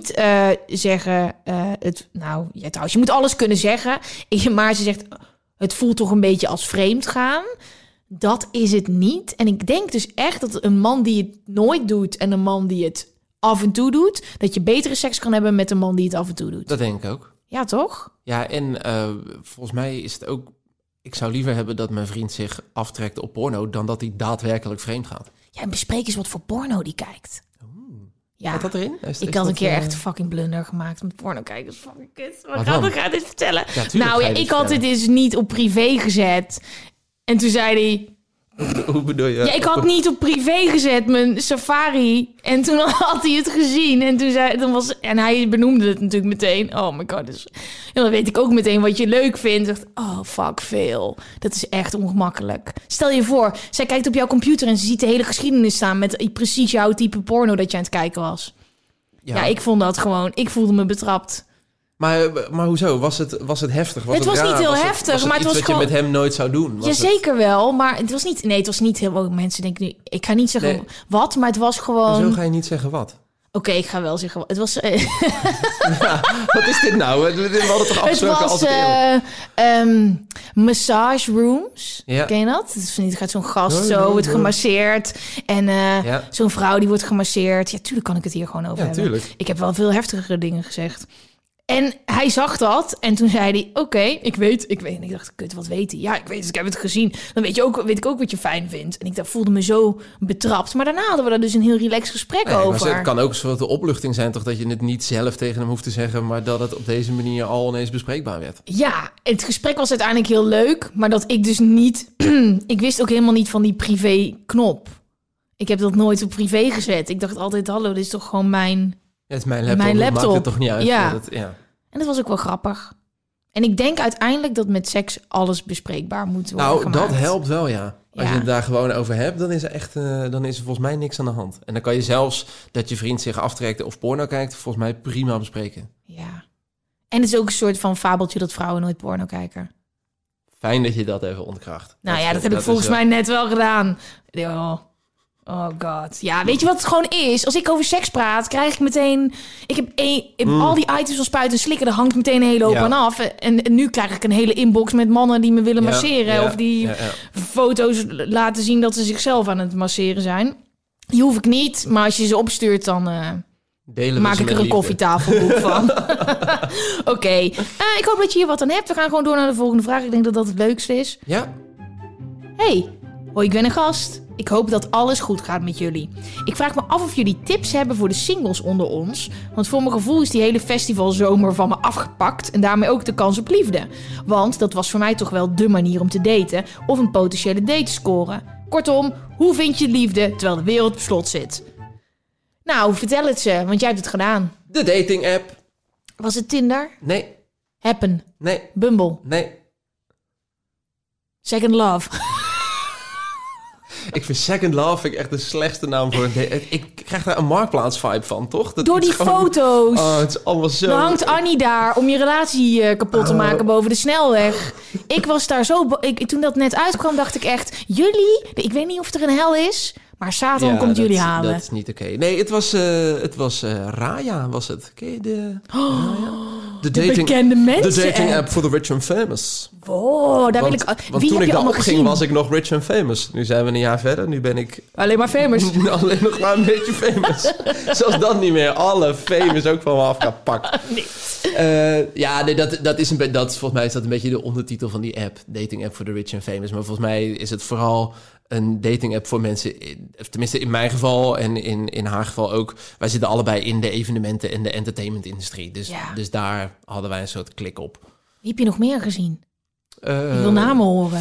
Speaker 2: zeggen, trouwens, je moet alles kunnen zeggen, maar ze zegt, het voelt toch een beetje als vreemd gaan. Dat is het niet. En ik denk dus echt dat een man die het nooit doet en een man die het af en toe doet, dat je betere seks kan hebben met een man die het af en toe doet.
Speaker 3: Dat denk ik ook.
Speaker 2: Ja, toch?
Speaker 3: Ja, en volgens mij is het ook, ik zou liever hebben dat mijn vriend zich aftrekt op porno dan dat hij daadwerkelijk vreemd gaat.
Speaker 2: Ja, en bespreek eens wat voor porno die kijkt. Ja,
Speaker 3: wat dat erin?
Speaker 2: Ik had een keer echt fucking blunder gemaakt met porno kijken. Dat is fucking kut. Maar ga dit vertellen. Ja, ik had dit dus niet op privé gezet. En toen zei hij...
Speaker 3: Hoe bedoel je?
Speaker 2: Ja, ik had niet op privé gezet, mijn Safari. En toen had hij het gezien. En hij benoemde het natuurlijk meteen. Oh my god. Dus, dan weet ik ook meteen wat je leuk vindt. Dacht, oh fuck, veel. Dat is echt ongemakkelijk. Stel je voor, zij kijkt op jouw computer en ze ziet de hele geschiedenis staan met precies jouw type porno dat je aan het kijken was. Ja, ik vond dat gewoon... Ik voelde me betrapt.
Speaker 3: Maar hoezo? Was het heftig?
Speaker 2: Het was niet heel heftig, maar het was
Speaker 3: wat
Speaker 2: gewoon...
Speaker 3: je met hem nooit zou doen?
Speaker 2: Zeker wel, maar het was niet... Nee, het was niet heel... Mensen denken nu... Ik ga niet zeggen wat, maar het was gewoon...
Speaker 3: Hoezo ga je niet zeggen wat?
Speaker 2: Oké, ik ga wel zeggen wat. Het was...
Speaker 3: Wat is dit nou? We hadden toch afgesproken als
Speaker 2: massage rooms.
Speaker 3: Ja.
Speaker 2: Ken je dat? Dus gaat zo'n gast wordt gemasseerd. En zo'n vrouw die wordt gemasseerd. Ja, tuurlijk kan ik het hier gewoon over hebben. Tuurlijk. Ik heb wel veel heftigere dingen gezegd. En hij zag dat en toen zei hij, oké, ik weet. En ik dacht, kut, wat weet hij? Ja, ik weet het, ik heb het gezien. Dan weet ik ook wat je fijn vindt. En ik voelde me zo betrapt. Maar daarna hadden we daar dus een heel relaxed gesprek over.
Speaker 3: Het kan ook een soort opluchting zijn, toch, dat je het niet zelf tegen hem hoeft te zeggen, maar dat het op deze manier al ineens bespreekbaar werd.
Speaker 2: Ja, het gesprek was uiteindelijk heel leuk, maar dat ik dus niet... ik wist ook helemaal niet van die privé-knop. Ik heb dat nooit op privé gezet. Ik dacht altijd, hallo, dit is toch gewoon mijn...
Speaker 3: Ja, het is mijn laptop. Maakt het toch niet uit?
Speaker 2: Ja. En dat was ook wel grappig. En ik denk uiteindelijk dat met seks alles bespreekbaar moet worden gemaakt.
Speaker 3: Dat helpt wel, ja. Als je het daar gewoon over hebt, dan is er echt, dan is er volgens mij niks aan de hand. En dan kan je zelfs dat je vriend zich aftrekt of porno kijkt, volgens mij prima bespreken.
Speaker 2: Ja. En het is ook een soort van fabeltje dat vrouwen nooit porno kijken.
Speaker 3: Fijn dat je dat even ontkracht.
Speaker 2: Nou dat heb ik volgens mij net wel gedaan. Oh god. Ja, weet je wat het gewoon is? Als ik over seks praat, krijg ik meteen... Ik heb al die items van spuiten en slikken, daar hangt meteen een hele hoop aan af. En nu krijg ik een hele inbox met mannen die me willen masseren. Of die foto's laten zien dat ze zichzelf aan het masseren zijn. Die hoef ik niet, maar als je ze opstuurt, dan maak ik er een koffietafelboek van. Oké. Ik hoop dat je hier wat aan hebt. We gaan gewoon door naar de volgende vraag. Ik denk dat dat het leukste is.
Speaker 3: Ja.
Speaker 2: Hey, hoi, ik ben een gast. Ik hoop dat alles goed gaat met jullie. Ik vraag me af of jullie tips hebben voor de singles onder ons. Want voor mijn gevoel is die hele festivalzomer van me afgepakt. En daarmee ook de kans op liefde. Want dat was voor mij toch wel dé manier om te daten. Of een potentiële date te scoren. Kortom, hoe vind je liefde terwijl de wereld op slot zit? Nou, vertel het ze, want jij hebt het gedaan.
Speaker 3: De dating app.
Speaker 2: Was het Tinder?
Speaker 3: Nee.
Speaker 2: Happen?
Speaker 3: Nee.
Speaker 2: Bumble?
Speaker 3: Nee.
Speaker 2: Second Love?
Speaker 3: Ik vind Second Love echt de slechtste naam voor een date. Ik krijg daar een marktplaats-vibe van, toch?
Speaker 2: Door die foto's.
Speaker 3: Oh, het is allemaal zo...
Speaker 2: Dan hangt Annie daar om je relatie kapot te maken boven de snelweg. Ik was daar zo... Toen dat net uitkwam, dacht ik echt... Jullie, ik weet niet of er een hel is... Maar Satan komt jullie halen.
Speaker 3: Dat is niet oké. Nee, het was Raya, was het. Ken je de Raya?
Speaker 2: De bekende mensen.
Speaker 3: De dating app voor de rich and famous.
Speaker 2: Wow, daar wil ik...
Speaker 3: Want
Speaker 2: Wie
Speaker 3: toen
Speaker 2: heb
Speaker 3: ik
Speaker 2: je allemaal
Speaker 3: daarop
Speaker 2: gezien?
Speaker 3: ging, was ik nog rich and famous. Nu zijn we een jaar verder. Nu ben ik...
Speaker 2: Alleen maar famous.
Speaker 3: Alleen nog maar een beetje famous. Zelfs dat niet meer. Alle famous ook van me afgepakt.
Speaker 2: Nee.
Speaker 3: Dat is volgens mij is dat een beetje de ondertitel van die app. Dating app voor de rich and famous. Maar volgens mij is het vooral een dating app voor mensen, tenminste in mijn geval en in haar geval ook. Wij zitten allebei in de evenementen en de entertainment-industrie. Dus daar hadden wij een soort klik op.
Speaker 2: Wie heb je nog meer gezien? Ik wil namen horen.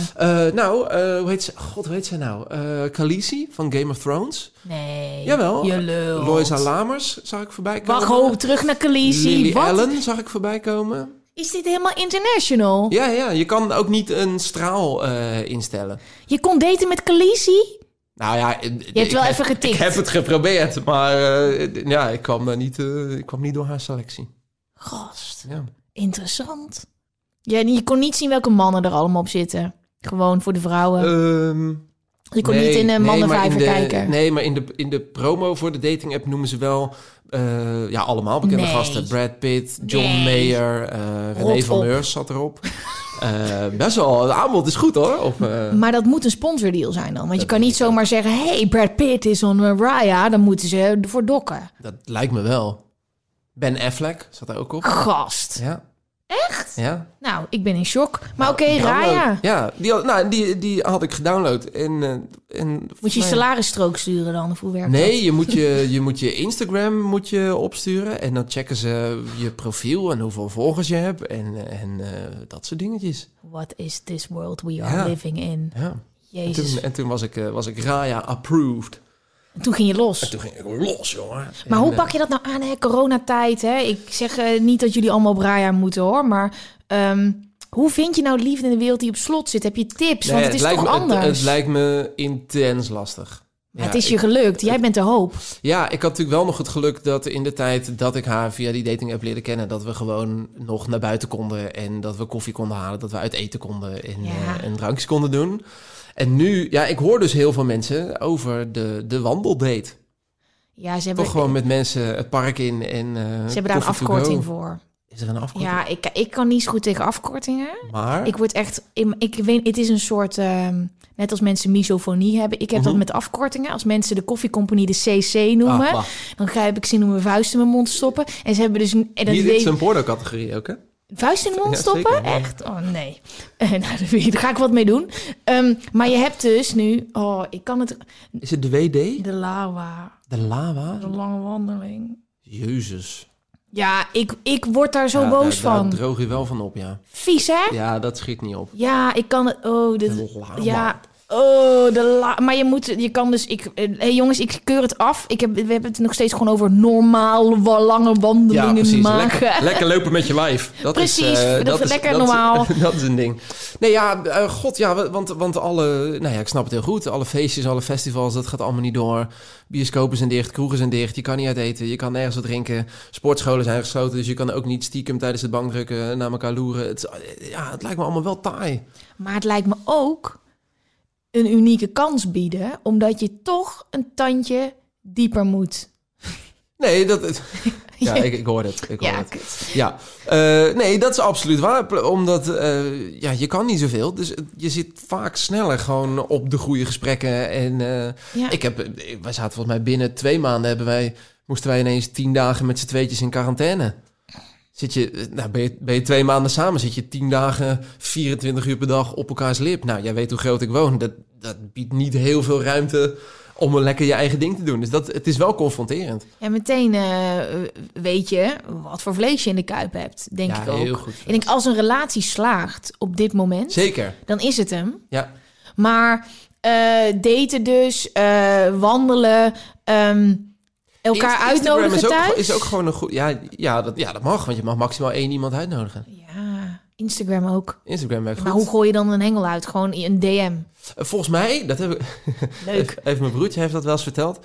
Speaker 3: Hoe heet ze nou? Khaleesi van Game of Thrones.
Speaker 2: Nee.
Speaker 3: Jawel.
Speaker 2: Je lult.
Speaker 3: Loisa Lamers zag ik voorbij komen.
Speaker 2: Wacht, terug naar Khaleesi.
Speaker 3: Lily
Speaker 2: Wat?
Speaker 3: Allen zag ik voorbij komen.
Speaker 2: Is dit helemaal international?
Speaker 3: Ja, je kan ook niet een straal instellen.
Speaker 2: Je kon daten met Khaleesi?
Speaker 3: Nou ja,
Speaker 2: je hebt wel even getikt.
Speaker 3: Ik heb het geprobeerd, maar ik kwam niet door haar selectie.
Speaker 2: Gast,
Speaker 3: ja.
Speaker 2: Interessant. Ja, je kon niet zien welke mannen er allemaal op zitten. Gewoon voor de vrouwen. Je kon niet in een mannenvijver kijken.
Speaker 3: Nee, maar in de promo voor de dating app noemen ze wel allemaal bekende gasten. Brad Pitt, John Mayer, René van Meurs zat erop. Best wel, het aanbod is goed hoor.
Speaker 2: Maar dat moet een sponsordeal zijn dan. Want je kan niet zomaar zeggen, hey, Brad Pitt is on Raya. Dan moeten ze ervoor dokken.
Speaker 3: Dat lijkt me wel. Ben Affleck zat er ook op.
Speaker 2: Gast.
Speaker 3: Ja.
Speaker 2: Echt?
Speaker 3: Ja.
Speaker 2: Nou, ik ben in shock. Maar oké, Raya.
Speaker 3: Ja, die had ik gedownload.
Speaker 2: Moet je salarisstrook sturen dan? Of hoe werkt
Speaker 3: dat? Je moet je Instagram opsturen. En dan checken ze je profiel en hoeveel volgers je hebt. En dat soort dingetjes.
Speaker 2: What is this world we are living in?
Speaker 3: Ja.
Speaker 2: Jezus.
Speaker 3: En toen was ik Raya approved.
Speaker 2: En toen ging je los.
Speaker 3: En toen ging ik los, jongen.
Speaker 2: Maar hoe pak je dat nou aan, hè? Coronatijd, hè? Ik zeg niet dat jullie allemaal op Raya moeten, hoor. Maar hoe vind je nou liefde in de wereld die op slot zit? Heb je tips? Want het is toch anders?
Speaker 3: Het lijkt me intens lastig.
Speaker 2: Ja, het is je gelukt. Jij bent de hoop.
Speaker 3: Ja, ik had natuurlijk wel nog het geluk dat in de tijd dat ik haar via die dating app leerde kennen, dat we gewoon nog naar buiten konden en dat we koffie konden halen, dat we uit eten konden en drankjes konden doen. En nu, ik hoor dus heel veel mensen over de wandeldate.
Speaker 2: Ja, ze hebben...
Speaker 3: Toch gewoon met mensen het park in en
Speaker 2: ze hebben daar een afkorting voor.
Speaker 3: Is er een afkorting?
Speaker 2: Ja, ik kan niet zo goed tegen afkortingen.
Speaker 3: Maar?
Speaker 2: Ik word echt... Ik weet, het is een soort... net als mensen misofonie hebben. Ik heb dat met afkortingen. Als mensen de koffiecompagnie de CC noemen... dan heb ik zin om mijn vuist in mijn mond te stoppen. En ze hebben dus...
Speaker 3: Dit is een porno-categorie ook, hè?
Speaker 2: Vuist in de mond stoppen?
Speaker 3: Zeker, ja.
Speaker 2: Echt? Oh, nee. Daar ga ik wat mee doen. Maar je hebt dus nu... Oh, ik kan het...
Speaker 3: Is het de WD?
Speaker 2: De lava.
Speaker 3: De lava?
Speaker 2: De lange wandeling.
Speaker 3: Jezus.
Speaker 2: Ja, ik word daar zo boos van.
Speaker 3: Daar droog je wel van op, ja.
Speaker 2: Vies, hè?
Speaker 3: Ja, dat schiet niet op.
Speaker 2: Ja, ik kan het... Oh,
Speaker 3: de lava.
Speaker 2: Ja... maar je kan dus... jongens, ik keur het af. We hebben het nog steeds gewoon over normaal lange wandelingen maken.
Speaker 3: Lekker lopen met je lijf.
Speaker 2: Precies, dat is lekker normaal.
Speaker 3: Dat is een ding. Nee, want alle... Nou ja, ik snap het heel goed. Alle feestjes, alle festivals, dat gaat allemaal niet door. Bioscopen zijn dicht, kroegen zijn dicht. Je kan niet uit eten, je kan nergens wat drinken. Sportscholen zijn gesloten, dus je kan ook niet stiekem tijdens het bankdrukken naar elkaar loeren. Het lijkt me allemaal wel taai.
Speaker 2: Maar het lijkt me ook... een unieke kans bieden, omdat je toch een tandje dieper moet.
Speaker 3: Nee, ja, ik hoor het.
Speaker 2: Kut.
Speaker 3: Ja, nee, dat is absoluut waar. Omdat je kan niet zoveel. Dus je zit vaak sneller gewoon op de goede gesprekken. En wij zaten volgens mij binnen 2 maanden moesten wij ineens 10 dagen met z'n tweetjes in quarantaine. Ben je 2 maanden samen, zit je 10 dagen, 24 uur per dag op elkaars lip. Nou, jij weet hoe groot ik woon. Dat biedt niet heel veel ruimte om lekker je eigen ding te doen. Dus het is wel confronterend.
Speaker 2: En meteen weet je wat voor vlees je in de kuip hebt, denk ik ook.
Speaker 3: Heel goed.
Speaker 2: Ik denk, als een relatie slaagt op dit moment...
Speaker 3: Zeker.
Speaker 2: Dan is het hem.
Speaker 3: Ja.
Speaker 2: Maar daten dus, wandelen... elkaar uitnodigen thuis?
Speaker 3: Is ook gewoon een goed... Ja, dat mag, want je mag maximaal 1 iemand uitnodigen.
Speaker 2: Ja, Instagram ook.
Speaker 3: Instagram werkt goed.
Speaker 2: Maar hoe gooi je dan een hengel uit? Gewoon een DM?
Speaker 3: Volgens mij, dat heb ik...
Speaker 2: Leuk.
Speaker 3: Even mijn broertje heeft dat wel eens verteld.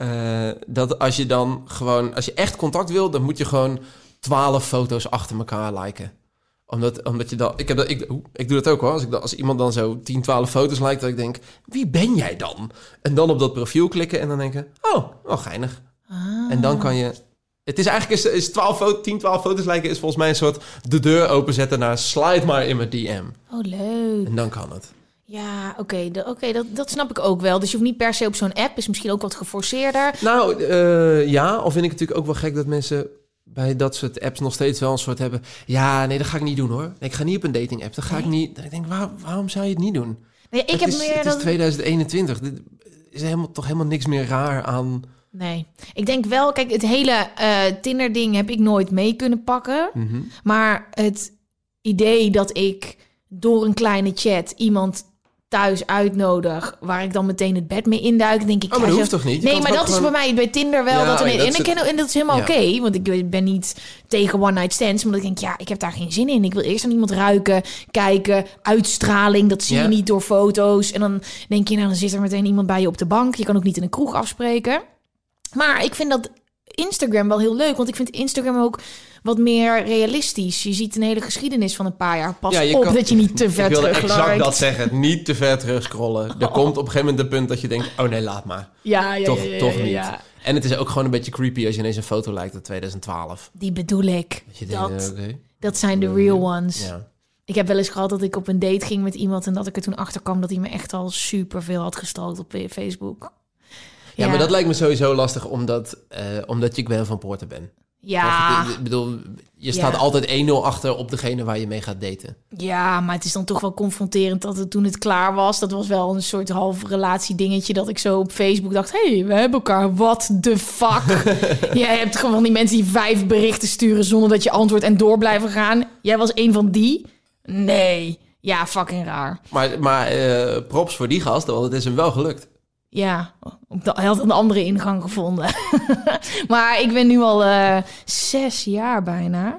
Speaker 3: Dat als je dan gewoon... Als je echt contact wil, dan moet je gewoon 12 foto's achter elkaar liken. Omdat je dan... Ik doe dat ook hoor. Als iemand dan zo 10, 12 foto's lijkt, dat ik denk... Wie ben jij dan? En dan op dat profiel klikken en dan denken... Oh, geinig. En dan kan je... Het is eigenlijk 10, 12 foto's lijken is volgens mij een soort de deur openzetten naar slide maar in mijn DM.
Speaker 2: Oh, leuk.
Speaker 3: En dan kan het.
Speaker 2: Ja, oké, dat snap ik ook wel. Dus je hoeft niet per se op zo'n app. Is misschien ook wat geforceerder.
Speaker 3: Nou, al vind ik het natuurlijk ook wel gek dat mensen bij dat soort apps nog steeds wel een soort hebben... Ja, nee, dat ga ik niet doen hoor. Nee, ik ga niet op een dating app. Dat ga ik niet... Ik denk, waarom zou je het niet doen?
Speaker 2: Nee, het
Speaker 3: is 2021. Er is toch helemaal niks meer raar aan...
Speaker 2: Nee, ik denk wel, kijk, het hele Tinder-ding heb ik nooit mee kunnen pakken.
Speaker 3: Mm-hmm.
Speaker 2: Maar het idee dat ik door een kleine chat iemand thuis uitnodig, waar ik dan meteen het bed mee induik, denk ik...
Speaker 3: maar dat hoeft toch niet?
Speaker 2: Nee, maar dat is bij mij bij Tinder wel. En dat is helemaal oké, want ik ben niet tegen one-night stands, maar ik denk, ik heb daar geen zin in. Ik wil eerst aan iemand ruiken, kijken, uitstraling, dat zie je niet door foto's. En dan denk je, dan zit er meteen iemand bij je op de bank. Je kan ook niet in een kroeg afspreken. Maar ik vind dat Instagram wel heel leuk, want ik vind Instagram ook wat meer realistisch. Je ziet een hele geschiedenis van een paar jaar. Pas dat je niet te ver terug. Ik wilde
Speaker 3: exact dat zeggen. Niet te ver terug scrollen. Er komt op een gegeven moment een punt dat je denkt... Oh nee, laat maar. Toch niet. Ja. En het is ook gewoon een beetje creepy als je ineens een foto lijkt uit 2012.
Speaker 2: Die bedoel ik. Dat zijn de real ones. Ja. Ik heb wel eens gehad dat ik op een date ging met iemand en dat ik er toen achter kwam dat hij me echt al superveel had gestalkt op Facebook.
Speaker 3: Ja, maar dat lijkt me sowieso lastig omdat je Gwen van Poorten bent.
Speaker 2: Ja.
Speaker 3: Ik bedoel, je staat altijd 1-0 achter op degene waar je mee gaat daten.
Speaker 2: Ja, maar het is dan toch wel confronterend dat het toen het klaar was. Dat was wel een soort half relatiedingetje dat ik zo op Facebook dacht... Hey, we hebben elkaar, what the fuck? Jij hebt gewoon die mensen die 5 berichten sturen zonder dat je antwoordt en door blijven gaan. Jij was een van die? Nee. Ja, fucking raar.
Speaker 3: Maar props voor die gast, want het is hem wel gelukt.
Speaker 2: Ja, hij had een andere ingang gevonden. Maar ik ben nu al 6 jaar bijna.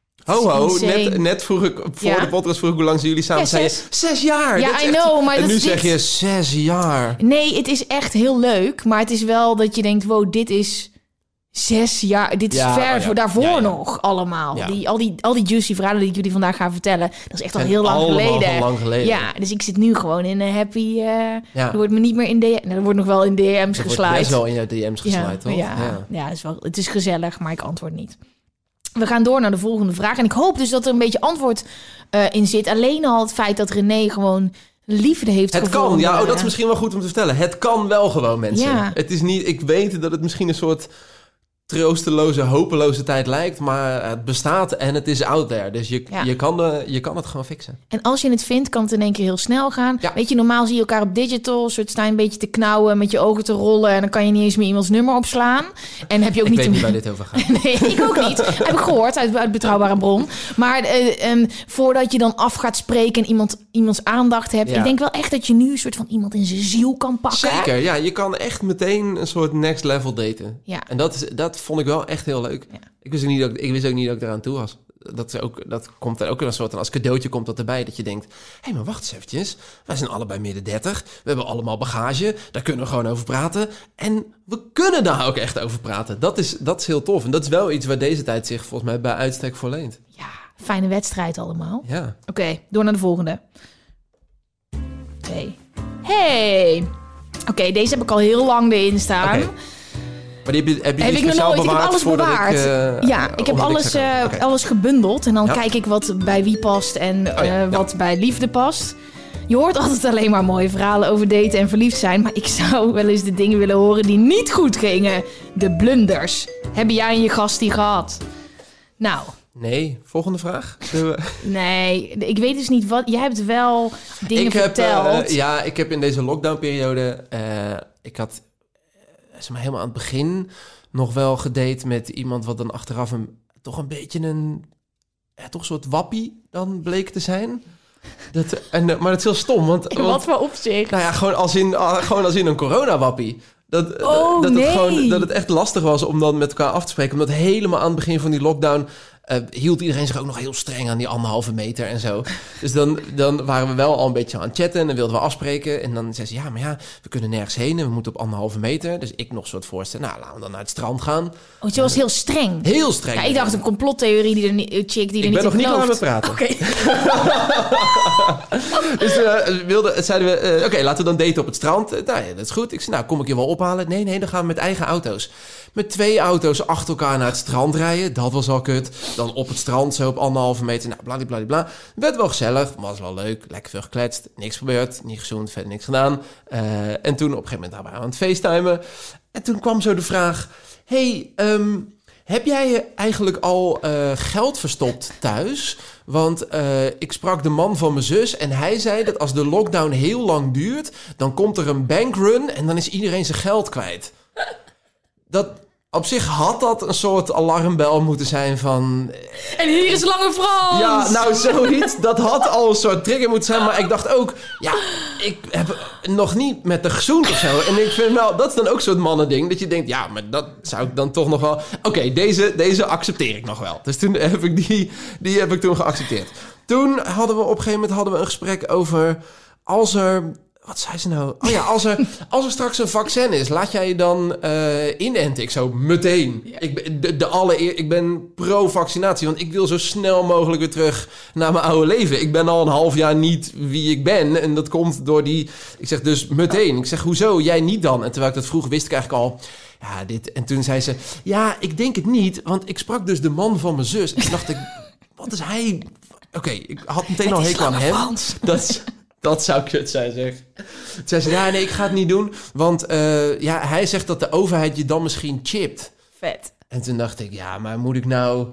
Speaker 3: Net vroeg ik, voor de podcast vroeg ik hoe lang zijn jullie samen. Zei je 6 jaar?
Speaker 2: Ja, I know. Maar
Speaker 3: en nu zeg je 6 jaar.
Speaker 2: Nee, het is echt heel leuk. Maar het is wel dat je denkt, wow, dit is 6 jaar. Dit is ver daarvoor nog allemaal. Ja. Al die juicy verhalen die ik jullie vandaag ga vertellen. Dat is echt al heel lang geleden. Ja, dus ik zit nu gewoon in een happy... Er wordt me niet meer in DM's... Er wordt nog wel in DM's geslaaid.
Speaker 3: Er wordt best wel in jouw DM's geslaaid, toch?
Speaker 2: Ja, het is gezellig, maar ik antwoord niet. We gaan door naar de volgende vraag. En ik hoop dus dat er een beetje antwoord in zit. Alleen al het feit dat René gewoon liefde heeft gevonden.
Speaker 3: Het kan, dat is misschien wel goed om te vertellen. Het kan wel gewoon, mensen. Ja. Het is niet... Ik weet dat het misschien een soort troosteloze, hopeloze tijd lijkt, maar het bestaat en het is out there. Dus je kan het gewoon fixen.
Speaker 2: En als je het vindt, kan het in één keer heel snel gaan. Ja. Weet je, normaal zie je elkaar op digital, soort sta je een beetje te knauwen, met je ogen te rollen en dan kan je niet eens meer iemands nummer opslaan. En heb je ook
Speaker 3: ik weet niet waar dit over gaat.
Speaker 2: Nee, ik ook niet. Heb ik gehoord uit betrouwbare bron. Maar voordat je dan af gaat spreken en iemands aandacht hebt, ik denk wel echt dat je nu een soort van iemand in zijn ziel kan pakken.
Speaker 3: Zeker, ja. Je kan echt meteen een soort next level daten. Ja. En dat vond ik wel echt heel leuk. Ja. Ik wist ook niet dat ik eraan toe was. Dat komt er ook een soort, als cadeautje komt dat erbij, dat je denkt, hé, maar wacht eens eventjes. Wij zijn allebei midden 30. We hebben allemaal bagage. Daar kunnen we gewoon over praten. En we kunnen daar ook echt over praten. Dat is heel tof. En dat is wel iets waar deze tijd zich volgens mij bij uitstek voor leent.
Speaker 2: Ja, fijne wedstrijd allemaal.
Speaker 3: Ja.
Speaker 2: Oké, door naar de volgende. 2, Hey. Oké, deze heb ik al heel lang erin staan.
Speaker 3: Oké. Maar die heb je
Speaker 2: Heb ik nog
Speaker 3: speciaal
Speaker 2: nooit. Ik heb
Speaker 3: bewaard
Speaker 2: alles
Speaker 3: voordat
Speaker 2: bewaard. Ik heb alles gebundeld. En dan kijk ik wat bij wie past en wat bij liefde past. Je hoort altijd alleen maar mooie verhalen over daten en verliefd zijn. Maar ik zou wel eens de dingen willen horen die niet goed gingen. De blunders. Hebben jij en je gast die gehad? Nou.
Speaker 3: Nee, volgende vraag.
Speaker 2: Nee, ik weet dus niet wat... Jij hebt wel dingen verteld.
Speaker 3: Ik heb in deze lockdownperiode... ik had zeg maar, helemaal aan het begin nog wel gedate met iemand... wat dan achteraf toch een beetje een soort wappie dan bleek te zijn. Maar dat is heel stom. Want
Speaker 2: wat voor opzicht?
Speaker 3: Nou ja, gewoon als in een coronawappie. Dat het echt lastig was om dan met elkaar af te spreken. Omdat helemaal aan het begin van die lockdown... hield iedereen zich ook nog heel streng aan die 1,5 meter en zo. Dus dan waren we wel al een beetje aan het chatten... en wilden we afspreken. En dan zei ze, we kunnen nergens heen... en we moeten op 1,5 meter. Dus ik nog soort voorstellen... laten we dan naar het strand gaan.
Speaker 2: Oh, je was heel streng.
Speaker 3: Heel streng.
Speaker 2: Ja, ik dacht een complottheorie die er niet in gelooft.
Speaker 3: Ik ben nog niet klaar met praten.
Speaker 2: Oké.
Speaker 3: Dus zeiden we... Oké, laten we dan daten op het strand. Dat is goed. Ik zei, kom ik je wel ophalen? Nee, dan gaan we met eigen auto's. Met 2 auto's achter elkaar naar het strand rijden. Dat was al kut. Dan op het strand, zo op 1,5 meter. Bladibladibla. Werd wel gezellig. Was wel leuk. Lekker veel gekletst. Niks gebeurd. Niet gezoend. Verder niks gedaan. En toen op een gegeven moment waren we aan het facetimen. En toen kwam zo de vraag... Hey, heb jij eigenlijk al geld verstopt thuis? Want ik sprak de man van mijn zus en hij zei dat als de lockdown heel lang duurt... dan komt er een bankrun en dan is iedereen zijn geld kwijt. Op zich had dat een soort alarmbel moeten zijn van...
Speaker 2: En hier is Lange Frans!
Speaker 3: Ja, nou zoiets. Dat had al een soort trigger moeten zijn. Maar ik dacht ook... ik heb nog niet met de gezoend of zo. En ik vind wel... Dat is dan ook zo'n mannending. Dat je denkt... maar dat zou ik dan toch nog wel... Oké, deze accepteer ik nog wel. Dus toen heb ik die heb ik toen geaccepteerd. Toen hadden we op een gegeven moment een gesprek over... Als er... Wat zei ze nou? Oh ja, als er straks een vaccin is, laat jij je dan inenten? Ik zo meteen. Ja. Ik ben pro-vaccinatie, want ik wil zo snel mogelijk weer terug naar mijn oude leven. Ik ben al een half jaar niet wie ik ben en dat komt door die... Ik zeg dus meteen. Ik zeg, hoezo? Jij niet dan? En terwijl ik dat vroeg, wist ik eigenlijk al... Ja, dit. En toen zei ze, ik denk het niet, want ik sprak dus de man van mijn zus. En toen dacht ik, wat is hij? Oké, ik had meteen al hekel aan hem. Dat zou kut zijn, zeg. Toen zei ze, ik ga het niet doen. Want hij zegt dat de overheid je dan misschien chipt.
Speaker 2: Vet.
Speaker 3: En toen dacht ik, maar moet ik nou...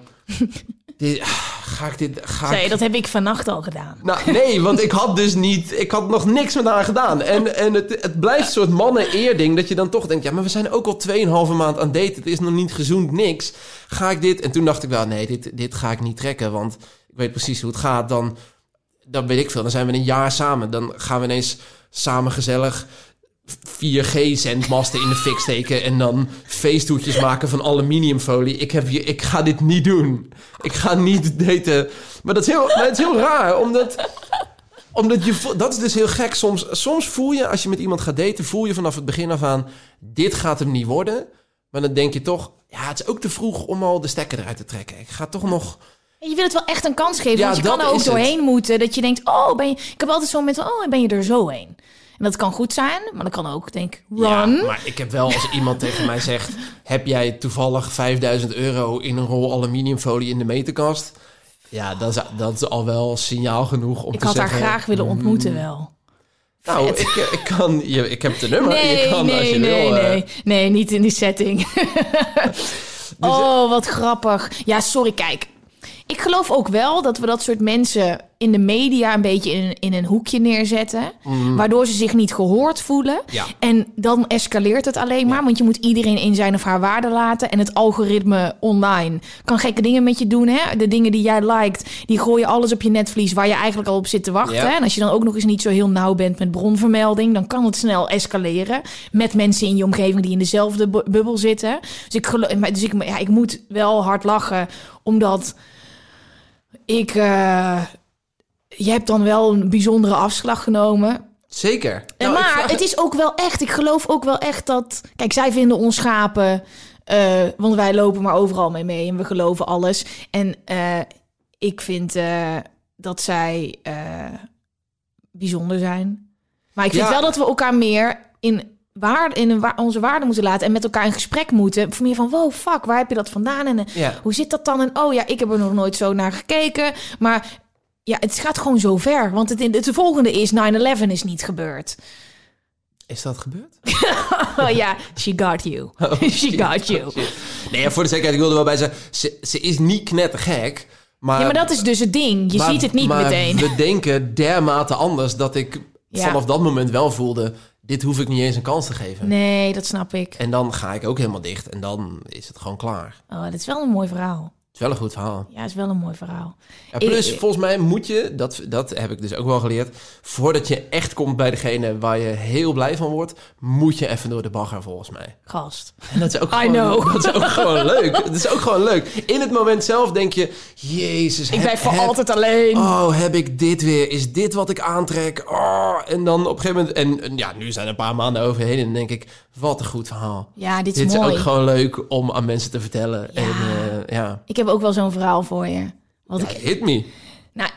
Speaker 2: Dat heb ik vannacht al gedaan.
Speaker 3: Nou, nee, want ik had nog niks met haar gedaan. En het blijft een soort mannen-eerding dat je dan toch denkt... maar we zijn ook al 2,5 maand aan daten. Het is nog niet gezoend, niks. Ga ik dit? En toen dacht ik wel, nee, dit ga ik niet trekken. Want ik weet precies hoe het gaat. Dan weet ik veel. Dan zijn we een jaar samen. Dan gaan we ineens samen gezellig 4G-zendmasten in de fik steken... en dan feesthoedjes maken van aluminiumfolie. Ik ga dit niet doen. Ik ga niet daten. Maar het is heel raar, omdat dat is dus heel gek. Soms voel je, als je met iemand gaat daten... voel je vanaf het begin af aan... dit gaat hem niet worden. Maar dan denk je toch... het is ook te vroeg om al de stekker eruit te trekken. Ik ga toch nog...
Speaker 2: Je wil het wel echt een kans geven, want je kan er ook doorheen moeten. Dat je denkt, ik heb altijd zo'n moment ben je er zo heen. En dat kan goed zijn, maar dat kan ook, denk ik, run.
Speaker 3: Ja, maar ik heb wel, als iemand tegen mij zegt... heb jij toevallig €5.000 in een rol aluminiumfolie in de meterkast? Ja, dat is al wel signaal genoeg om te zeggen...
Speaker 2: Ik had haar graag willen ontmoeten wel.
Speaker 3: Nou, ik heb de nummer.
Speaker 2: Nee, niet in die setting. Wat grappig. Ja, sorry, kijk. Ik geloof ook wel dat we dat soort mensen in de media een beetje in een hoekje neerzetten. Waardoor ze zich niet gehoord voelen. Ja. En dan escaleert het alleen maar. Want je moet iedereen in zijn of haar waarde laten. En het algoritme online kan gekke dingen met je doen. Hè? De dingen die jij liked, die gooi je alles op je netvlies waar je eigenlijk al op zit te wachten. Ja. Hè? En als je dan ook nog eens niet zo heel nauw bent met bronvermelding, dan kan het snel escaleren. Met mensen in je omgeving die in dezelfde bubbel zitten. Dus ik moet wel hard lachen, omdat... Je hebt dan wel een bijzondere afslag genomen.
Speaker 3: Zeker.
Speaker 2: Het is ook wel echt... Ik geloof ook wel echt dat... Kijk, zij vinden ons schapen... want wij lopen maar overal mee en we geloven alles. En ik vind dat zij bijzonder zijn. Maar ik vind wel dat we elkaar meer onze waarde moeten laten en met elkaar in gesprek moeten. Voor meer van, wow, fuck, waar heb je dat vandaan? En hoe zit dat dan? En oh ja, ik heb er nog nooit zo naar gekeken. Maar ja, het gaat gewoon zo ver. Want het volgende is 9/11 is niet gebeurd.
Speaker 3: Is dat gebeurd?
Speaker 2: Oh ja, she got you. She got you.
Speaker 3: Nee, voor de zekerheid, ik wilde wel bij zeggen, ze is niet knettergek. Maar,
Speaker 2: ja, maar dat is dus het ding. Je ziet het niet meteen.
Speaker 3: We denken dermate anders dat ik vanaf dat moment wel voelde, dit hoef ik niet eens een kans te geven.
Speaker 2: Nee, dat snap ik.
Speaker 3: En dan ga ik ook helemaal dicht en dan is het gewoon klaar.
Speaker 2: Oh, dat is wel een mooi verhaal.
Speaker 3: Het is wel een goed verhaal.
Speaker 2: Ja, het is wel een mooi verhaal.
Speaker 3: Ja, plus, volgens mij moet je, dat heb ik dus ook wel geleerd, voordat je echt komt bij degene waar je heel blij van wordt, moet je even door de bagger, volgens mij.
Speaker 2: Gast.
Speaker 3: En dat is ook gewoon, dat is ook gewoon leuk. Het is ook gewoon leuk. In het moment zelf denk je, jezus.
Speaker 2: Ik blijf voor altijd alleen.
Speaker 3: Oh, heb ik dit weer? Is dit wat ik aantrek? Oh, en dan op een gegeven moment, en ja, nu zijn er een paar maanden overheen en dan denk ik, wat een goed verhaal.
Speaker 2: Ja, dit is
Speaker 3: ook gewoon leuk om aan mensen te vertellen.
Speaker 2: Ja.
Speaker 3: En,
Speaker 2: Ik heb ook wel zo'n verhaal voor je.
Speaker 3: Hit me.
Speaker 2: Nou,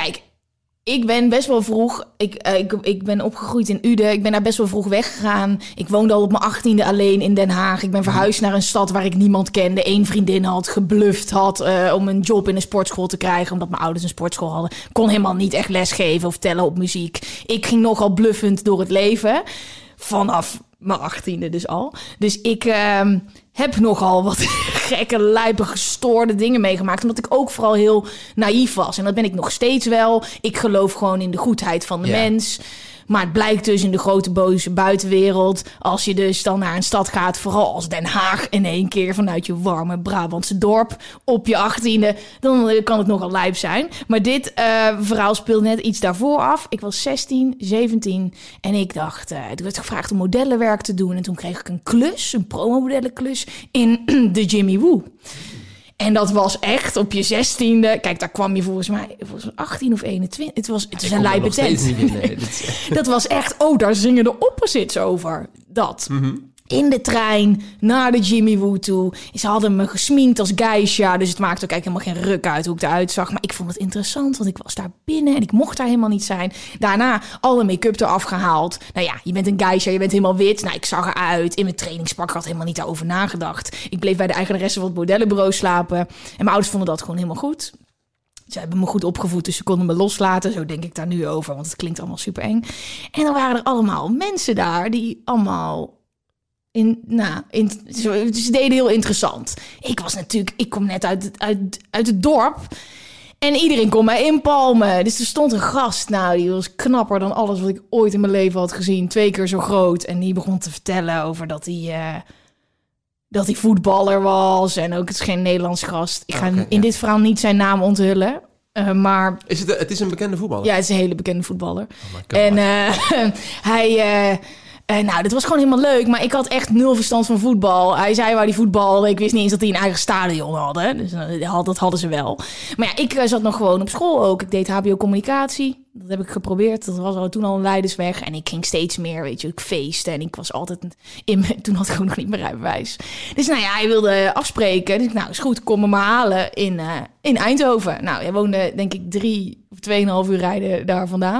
Speaker 2: ik ben best wel vroeg. Ik ben opgegroeid in Uden. Ik ben daar best wel vroeg weggegaan. Ik woonde al op mijn 18e alleen in Den Haag. Ik ben verhuisd naar een stad waar ik niemand kende. 1 vriendin had, gebluft had om een job in een sportschool te krijgen. Omdat mijn ouders een sportschool hadden. Kon helemaal niet echt lesgeven of tellen op muziek. Ik ging nogal bluffend door het leven. Vanaf mijn 18e dus al. Dus ik heb nogal wat gekke, lijpe, gestoorde dingen meegemaakt. Omdat ik ook vooral heel naïef was. En dat ben ik nog steeds wel. Ik geloof gewoon in de goedheid van de mens. Maar het blijkt dus in de grote boze buitenwereld, als je dus dan naar een stad gaat, vooral als Den Haag, in één keer vanuit je warme Brabantse dorp op je 18e, dan kan het nogal lijp zijn. Maar dit verhaal speelt net iets daarvoor af. Ik was 16, 17 en ik dacht, ik werd gevraagd om modellenwerk te doen. En toen kreeg ik een klus, een promomodellenklus in de Jimmy Woo. En dat was echt op je 16e. Kijk, daar kwam je volgens mij 18 of 21. Het is een lijpe tent. Dat was echt, daar zingen de opposites over. Dat. Mm-hmm. In de trein naar de Jimmy Woo toe. Ze hadden me gesminkt als geisha. Dus het maakte ook eigenlijk helemaal geen ruk uit hoe ik eruit zag. Maar ik vond het interessant, want ik was daar binnen en ik mocht daar helemaal niet zijn. Daarna alle make-up eraf gehaald. Nou ja, je bent een geisha, je bent helemaal wit. Nou, ik zag eruit. In mijn trainingspak had helemaal niet daarover nagedacht. Ik bleef bij de eigenaresse van het modellenbureau slapen. En mijn ouders vonden dat gewoon helemaal goed. Ze hebben me goed opgevoed, dus ze konden me loslaten. Zo denk ik daar nu over, want het klinkt allemaal super eng. En dan waren er allemaal mensen daar die allemaal ze deden heel interessant. Ik kom net uit het dorp. En iedereen kon mij inpalmen. Dus er stond een gast, die was knapper dan alles wat ik ooit in mijn leven had gezien. 2 keer zo groot. En die begon te vertellen over dat hij voetballer was. En ook, het is geen Nederlands gast. Ik ga in dit verhaal niet zijn naam onthullen. Maar
Speaker 3: Het is een bekende voetballer?
Speaker 2: Ja, het is een hele bekende voetballer. En hij... dit was gewoon helemaal leuk, maar ik had echt 0 verstand van voetbal. Hij zei waar hij voetbalde. Ik wist niet eens dat hij een eigen stadion hadden. Dus dat hadden ze wel. Maar ja, ik zat nog gewoon op school ook. Ik deed HBO-communicatie. Dat heb ik geprobeerd. Dat was toen al een leidersweg. En ik ging steeds meer, ik feesten. En ik was altijd toen had ik ook nog niet mijn rijbewijs. Dus hij wilde afspreken. Dus is goed, kom me maar halen in Eindhoven. Nou, hij woonde denk ik 3 of 2,5 uur rijden daar vandaan.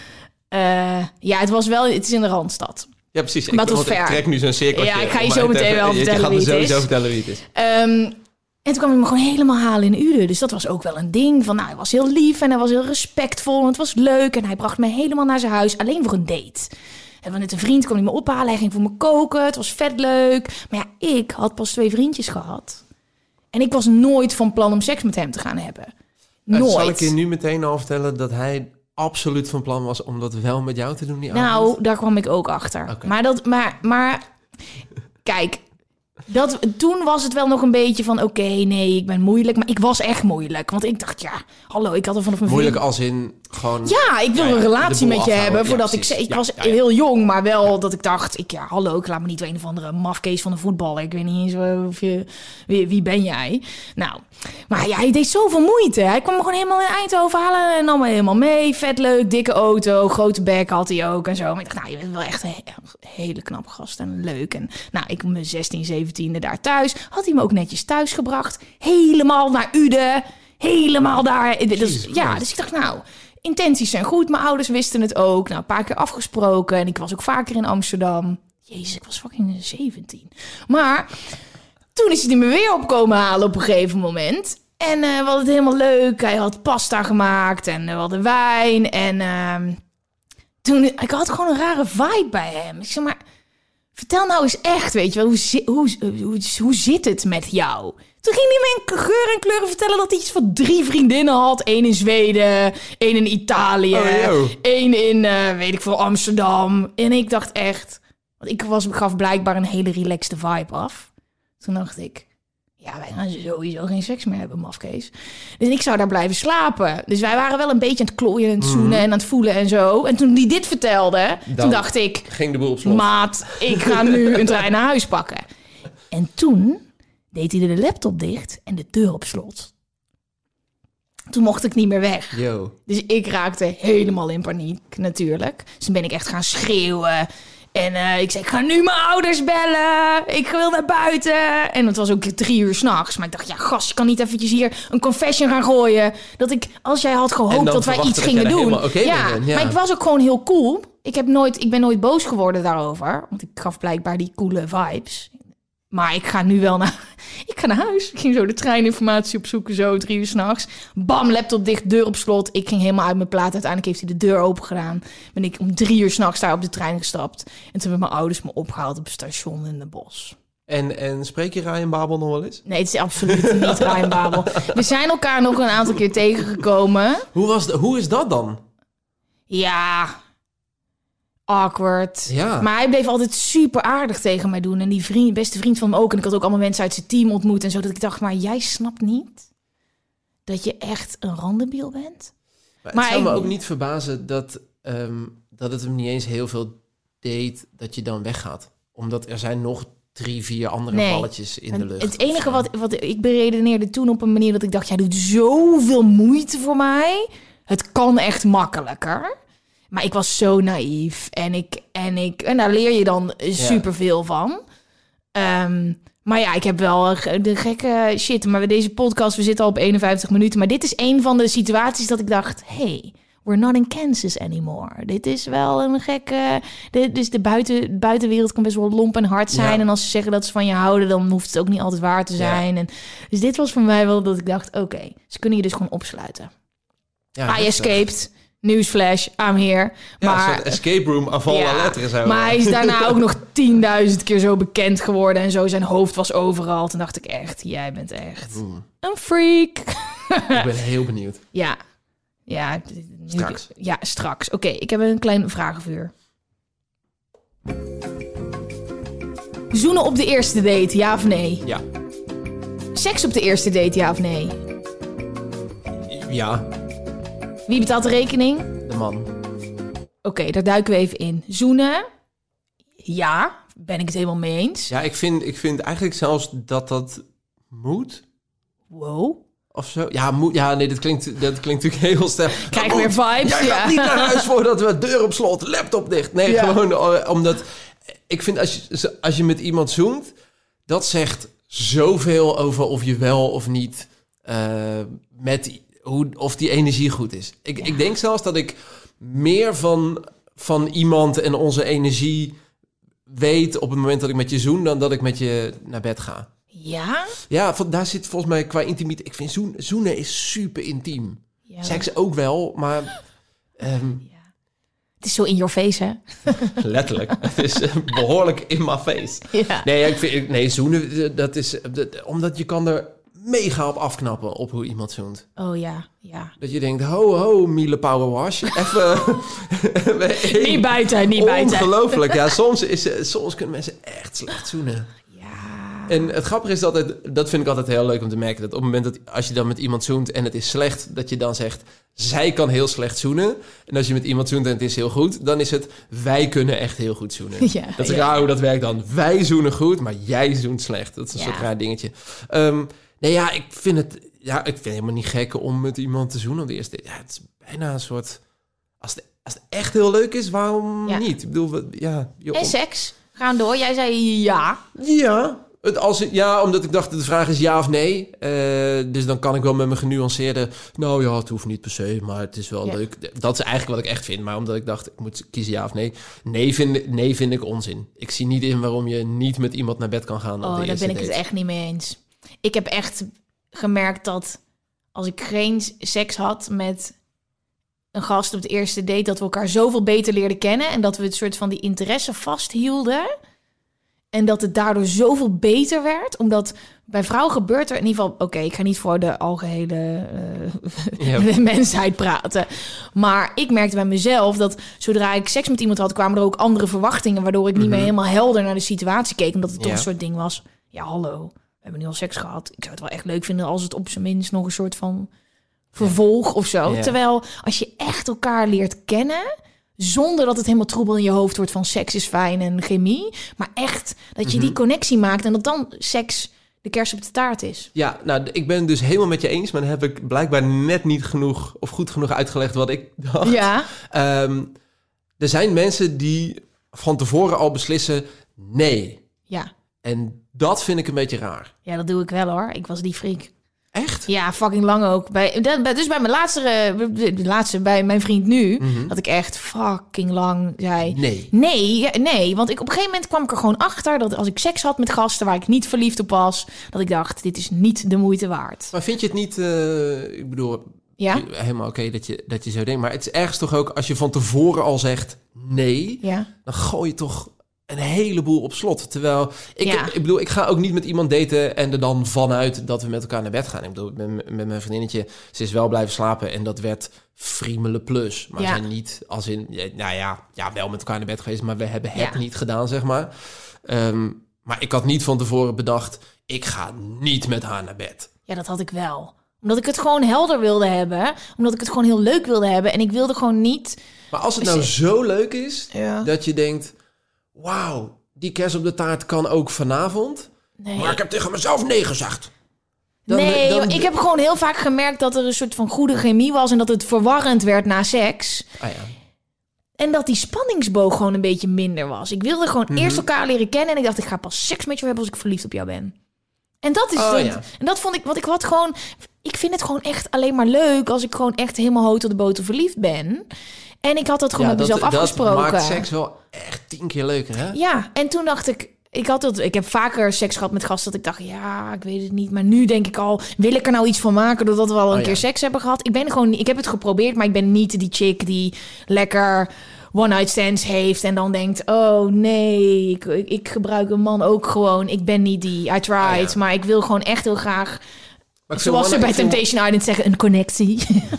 Speaker 2: Het is in de Randstad.
Speaker 3: Ja, precies.
Speaker 2: Maar het was ver.
Speaker 3: Ik trek nu zo'n cirkeltje.
Speaker 2: Ja, ik ga je zo meteen wel vertellen wie het is.
Speaker 3: Je gaat sowieso vertellen wie het is.
Speaker 2: En toen kwam hij me gewoon helemaal halen in Uden. Dus dat was ook wel een ding. Hij was heel lief en hij was heel respectvol. En het was leuk. En hij bracht me helemaal naar zijn huis. Alleen voor een date. En met een vriend kwam hij me ophalen. Hij ging voor me koken. Het was vet leuk. Maar ja, ik had pas 2 vriendjes gehad. En ik was nooit van plan om seks met hem te gaan hebben. Nooit.
Speaker 3: Zal ik je nu meteen al vertellen dat hij absoluut van plan was om dat wel met jou te doen?
Speaker 2: Daar kwam ik ook achter. Okay. Maar kijk, toen was het wel nog een beetje van oké, nee, ik ben moeilijk. Maar ik was echt moeilijk. Want ik dacht, ik had er vanaf mijn
Speaker 3: moeilijk als in gewoon...
Speaker 2: Ja, ik wil een relatie met je hebben. Voordat ik was heel jong, maar wel dat ik dacht... Ik laat me niet door een of andere mafkees van de voetballer. Ik weet niet eens wie ben jij? Nou, maar ja, hij deed zoveel moeite. Hij kwam me gewoon helemaal in Eindhoven halen en nam me helemaal mee. Vet leuk, dikke auto, grote bek had hij ook en zo. Maar ik dacht, je bent wel echt een hele knappe gast en leuk. En ik mijn 16, 17e daar thuis. Had hij me ook netjes thuis gebracht. Helemaal naar Uden. Helemaal daar. Dus ik dacht, intenties zijn goed. Mijn ouders wisten het ook. Nou, een paar keer afgesproken. En ik was ook vaker in Amsterdam. Jezus, ik was fucking 17. Maar toen is hij me weer opkomen halen op een gegeven moment. En we hadden het helemaal leuk. Hij had pasta gemaakt en we hadden wijn. En toen, ik had gewoon een rare vibe bij hem. Ik zeg maar, vertel nou eens echt, weet je wel, hoe zit het met jou? Toen ging hij me in geur en kleuren vertellen dat hij iets van 3 vriendinnen had. 1 in Zweden, 1 in Italië, 1 in, weet ik veel, Amsterdam. En ik dacht echt, want ik gaf blijkbaar een hele relaxed vibe af. Toen dacht ik, ja, wij gaan sowieso geen seks meer hebben, mafkees. Dus ik zou daar blijven slapen. Dus wij waren wel een beetje aan het klooien en het zoenen en aan het voelen en zo. En toen hij dit vertelde, toen dacht ik,
Speaker 3: ging de boel op slot.
Speaker 2: Maat, ik ga nu een trein naar huis pakken. En toen deed hij de laptop dicht en de deur op slot. Toen mocht ik niet meer weg.
Speaker 3: Yo.
Speaker 2: Dus ik raakte helemaal in paniek, natuurlijk. Dus toen ben ik echt gaan schreeuwen. En ik zei, ik ga nu mijn ouders bellen. Ik wil naar buiten. En het was ook 3 uur 's nachts. Maar ik dacht, ja, gast, je kan niet eventjes hier een confession gaan gooien. Dat ik, als jij had gehoopt dat wij iets gingen doen.
Speaker 3: Ja,
Speaker 2: maar ik was ook gewoon heel cool. Ik ben nooit boos geworden daarover. Want ik gaf blijkbaar die coole vibes. Maar ik ga nu wel naar huis. Ik ging zo de treininformatie opzoeken, zo 3 uur 's nachts. Bam, laptop dicht, deur op slot. Ik ging helemaal uit mijn plaat. Uiteindelijk heeft hij de deur open gedaan. Ben ik om 3 uur 's nachts daar op de trein gestapt. En toen hebben mijn ouders me opgehaald op het station in de bos.
Speaker 3: En spreek je Ryan Babel nog wel eens?
Speaker 2: Nee, het is absoluut niet Ryan Babel. We zijn elkaar nog een aantal keer tegengekomen.
Speaker 3: Hoe is dat dan?
Speaker 2: Ja, awkward.
Speaker 3: Ja.
Speaker 2: Maar hij bleef altijd super aardig tegen mij doen. En die beste vriend van hem ook. En ik had ook allemaal mensen uit zijn team ontmoet. En zo dat ik dacht, maar jij snapt niet dat je echt een randebiel bent?
Speaker 3: Maar het zou me ook niet verbazen dat het hem niet eens heel veel deed dat je dan weggaat. Omdat er zijn nog 3-4 andere balletjes in de lucht.
Speaker 2: Het enige wat ik beredeneerde toen op een manier dat ik dacht, jij doet zoveel moeite voor mij. Het kan echt makkelijker. Maar ik was zo naïef. En daar leer je dan superveel van. Maar ja, ik heb wel de gekke shit. Maar bij deze podcast, we zitten al op 51 minuten. Maar dit is een van de situaties dat ik dacht, hey, we're not in Kansas anymore. Dit is wel een gekke... Dus de buitenwereld kan best wel lomp en hard zijn. Ja. En als ze zeggen dat ze van je houden, dan hoeft het ook niet altijd waar te zijn. Ja. Dus dit was voor mij wel dat ik dacht, oké, ze kunnen je dus gewoon opsluiten. Ja, I escaped. Newsflash, I'm here.
Speaker 3: Ja, een soort escape room af alle letteren. Zo.
Speaker 2: Maar hij is daarna ook nog 10.000 keer zo bekend geworden. En zo, zijn hoofd was overal. Toen dacht ik echt, jij bent echt een freak.
Speaker 3: Ik ben heel benieuwd.
Speaker 2: Ja.
Speaker 3: Straks.
Speaker 2: Ja, straks. Oké, ik heb een klein vragenvuur. Zoenen op de eerste date, ja of nee?
Speaker 3: Ja.
Speaker 2: Seks op de eerste date, ja of nee?
Speaker 3: Ja.
Speaker 2: Wie betaalt de rekening?
Speaker 3: De man.
Speaker 2: Oké, daar duiken we even in. Zoenen? Ja, ben ik het helemaal mee eens.
Speaker 3: Ja, ik vind eigenlijk zelfs dat moet.
Speaker 2: Wow.
Speaker 3: Of zo. Ja, moet. Ja, nee, dat klinkt natuurlijk heel sterk.
Speaker 2: Krijg weer vibes.
Speaker 3: Jij gaat niet naar huis voordat we deur op slot, laptop dicht. Nee, gewoon omdat ik vind als je met iemand zoent, dat zegt zoveel over of je wel of niet of die energie goed is. Ik denk zelfs dat ik meer van iemand en onze energie weet op het moment dat ik met je zoen dan dat ik met je naar bed ga.
Speaker 2: Ja?
Speaker 3: Ja, daar zit volgens mij qua intimiteit. Ik vind zoenen is super intiem. Ja. Seks ook wel, maar
Speaker 2: het is zo in your face, hè?
Speaker 3: Letterlijk. Het is behoorlijk in my face. Ja. Zoenen, dat is omdat je kan er mega op afknappen op hoe iemand zoent.
Speaker 2: Oh ja.
Speaker 3: Dat je denkt, ho, Miele Power Wash. Even...
Speaker 2: niet bijten.
Speaker 3: Ongelooflijk. Ja, soms kunnen mensen echt slecht zoenen.
Speaker 2: Ja.
Speaker 3: En het grappige is dat vind ik altijd heel leuk om te merken. Dat op het moment dat als je dan met iemand zoent en het is slecht, dat je dan zegt, zij kan heel slecht zoenen. En als je met iemand zoent en het is heel goed, dan is het, wij kunnen echt heel goed zoenen. Ja, dat is raar hoe dat werkt dan. Wij zoenen goed, maar jij zoent slecht. Dat is een soort raar dingetje. Ik vind het helemaal niet gek om met iemand te zoenen op de eerste. Ja, het is bijna een soort, als het echt heel leuk is, waarom niet? Ik bedoel,
Speaker 2: En seks? Gaan door. Jij zei ja.
Speaker 3: Ja. Omdat ik dacht, de vraag is ja of nee. Dus dan kan ik wel met mijn genuanceerde... Nou ja, het hoeft niet per se, maar het is wel leuk. Dat is eigenlijk wat ik echt vind. Maar omdat ik dacht, ik moet kiezen ja of nee. Nee vind ik onzin. Ik zie niet in waarom je niet met iemand naar bed kan gaan.
Speaker 2: Daar ben ik het echt niet mee eens. Ik heb echt gemerkt dat als ik geen seks had met een gast op de eerste date... dat we elkaar zoveel beter leerden kennen... en dat we het soort van die interesse vasthielden... en dat het daardoor zoveel beter werd. Omdat bij vrouwen gebeurt er in ieder geval... Oké, ik ga niet voor de algehele mensheid praten. Maar ik merkte bij mezelf dat zodra ik seks met iemand had... kwamen er ook andere verwachtingen... waardoor ik niet meer helemaal helder naar de situatie keek. Omdat het toch een soort ding was... Ja, hallo, we hebben nu al seks gehad. Ik zou het wel echt leuk vinden als het op zijn minst nog een soort van vervolg of zo. Ja. Terwijl als je echt elkaar leert kennen... zonder dat het helemaal troebel in je hoofd wordt van seks is fijn en chemie. Maar echt dat je die connectie maakt en dat dan seks de kers op de taart is.
Speaker 3: Ja, nou, ik ben het dus helemaal met je eens. Maar dan heb ik blijkbaar net niet genoeg of goed genoeg uitgelegd wat ik dacht.
Speaker 2: Ja.
Speaker 3: Er zijn mensen die van tevoren al beslissen nee.
Speaker 2: Ja.
Speaker 3: En dat vind ik een beetje raar.
Speaker 2: Ja, dat doe ik wel hoor. Ik was die freak.
Speaker 3: Echt?
Speaker 2: Ja, fucking lang ook. Dus bij mijn laatste bij mijn vriend nu... dat ik echt fucking lang zei... Nee, want op een gegeven moment kwam ik er gewoon achter... dat als ik seks had met gasten waar ik niet verliefd op was... dat ik dacht, dit is niet de moeite waard.
Speaker 3: Maar vind je het niet... ik bedoel, helemaal oké dat je zo denkt... maar het is ergens toch ook als je van tevoren al zegt nee... dan gooi je toch... een heleboel op slot. Terwijl, ik ga ook niet met iemand daten... en er dan vanuit dat we met elkaar naar bed gaan. Ik bedoel, met mijn vriendinnetje... ze is wel blijven slapen en dat werd friemelen plus. Maar we zijn niet als in... wel met elkaar naar bed geweest... maar we hebben het niet gedaan, zeg maar. Maar ik had niet van tevoren bedacht... ik ga niet met haar naar bed.
Speaker 2: Ja, dat had ik wel. Omdat ik het gewoon helder wilde hebben. Omdat ik het gewoon heel leuk wilde hebben. En ik wilde gewoon niet...
Speaker 3: Maar als het nou zo leuk is... dat je denkt... Wauw, die kers op de taart kan ook vanavond. Nee. Maar ik heb tegen mezelf nee gezegd.
Speaker 2: Ik heb gewoon heel vaak gemerkt dat er een soort van goede chemie was... en dat het verwarrend werd na seks. En dat die spanningsboog gewoon een beetje minder was. Ik wilde gewoon eerst elkaar leren kennen... en ik dacht, ik ga pas seks met je hebben als ik verliefd op jou ben. En dat is En dat vond ik, want ik had gewoon... Ik vind het gewoon echt alleen maar leuk... als ik gewoon echt helemaal hoog tot de boter verliefd ben... En ik had dat gewoon met mezelf afgesproken.
Speaker 3: Dat maakt seks wel echt 10 keer leuker, hè? Ja,
Speaker 2: en toen dacht ik... Ik heb vaker seks gehad met gasten dat ik dacht... Ja, ik weet het niet. Maar nu denk ik al... Wil ik er nou iets van maken doordat we al een keer seks hebben gehad? Ik heb het geprobeerd, maar ik ben niet die chick die lekker one-night stands heeft... en dan denkt, oh nee, ik gebruik een man ook gewoon. Ik ben niet die, I tried. Maar ik wil gewoon echt heel graag... Zoals ze bij Temptation Island zeggen, een connectie.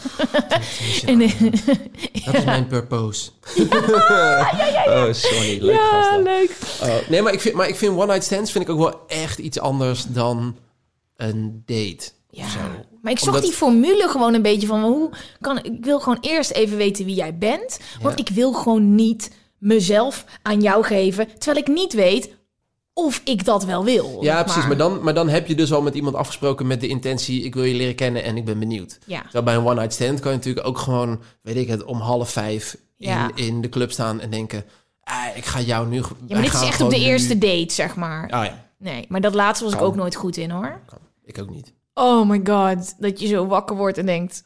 Speaker 3: Dat is mijn purpose. Oh, sorry. Leuk gast,
Speaker 2: leuk.
Speaker 3: Nee, maar ik vind one-night stands vind ik ook wel echt iets anders dan een date.
Speaker 2: Ja, maar ik zocht die formule gewoon een beetje van... Ik wil gewoon eerst even weten wie jij bent. Want ik wil gewoon niet mezelf aan jou geven... terwijl ik niet weet... of ik dat wel wil.
Speaker 3: Ja, precies. Maar dan heb je dus al met iemand afgesproken met de intentie... ik wil je leren kennen en ik ben benieuwd. Ja. Terwijl bij een one-night stand kan je natuurlijk ook gewoon... weet ik het, om 4:30 in de club staan en denken... ik ga jou nu...
Speaker 2: Ja, maar dit is echt op de eerste date, zeg maar.
Speaker 3: Oh ja.
Speaker 2: Nee, maar dat laatste was ik ook nooit goed in, hoor.
Speaker 3: Ik ook niet.
Speaker 2: Oh my god, dat je zo wakker wordt en denkt...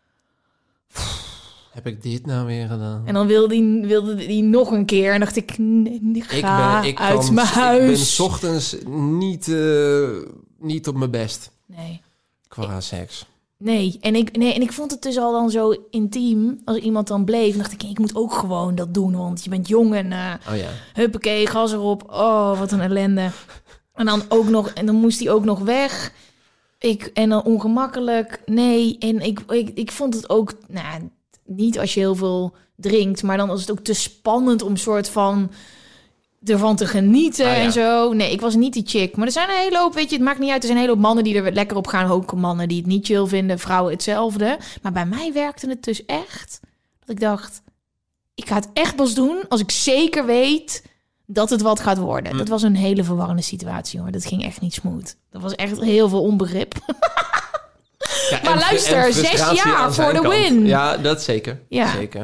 Speaker 3: Heb ik dit nou weer gedaan?
Speaker 2: En dan wilde die nog een keer. En dacht ik, nee, ga uit mijn huis.
Speaker 3: Ik ben 's ochtends niet op mijn best.
Speaker 2: Nee.
Speaker 3: Qua seks.
Speaker 2: Nee, en ik vond het dus al dan zo intiem. Als iemand dan bleef, dan dacht ik moet ook gewoon dat doen. Want je bent jong en huppakee, gas erop. Oh, wat een ellende. En dan ook nog, en dan moest hij ook nog weg. En dan ongemakkelijk. Nee, en ik vond het ook... niet als je heel veel drinkt, maar dan was het ook te spannend om soort van ervan te genieten en zo. Nee, ik was niet die chick. Maar er zijn een hele hoop, weet je, het maakt niet uit. Er zijn een hele hoop mannen die er lekker op gaan. Ook mannen die het niet chill vinden, vrouwen hetzelfde. Maar bij mij werkte het dus echt dat ik dacht, ik ga het echt pas doen als ik zeker weet dat het wat gaat worden. Dat was een hele verwarrende situatie, hoor. Dat ging echt niet smooth. Dat was echt heel veel onbegrip. Ja, maar luister, 6 jaar voor de win.
Speaker 3: Ja, dat zeker. Ja. Zeker.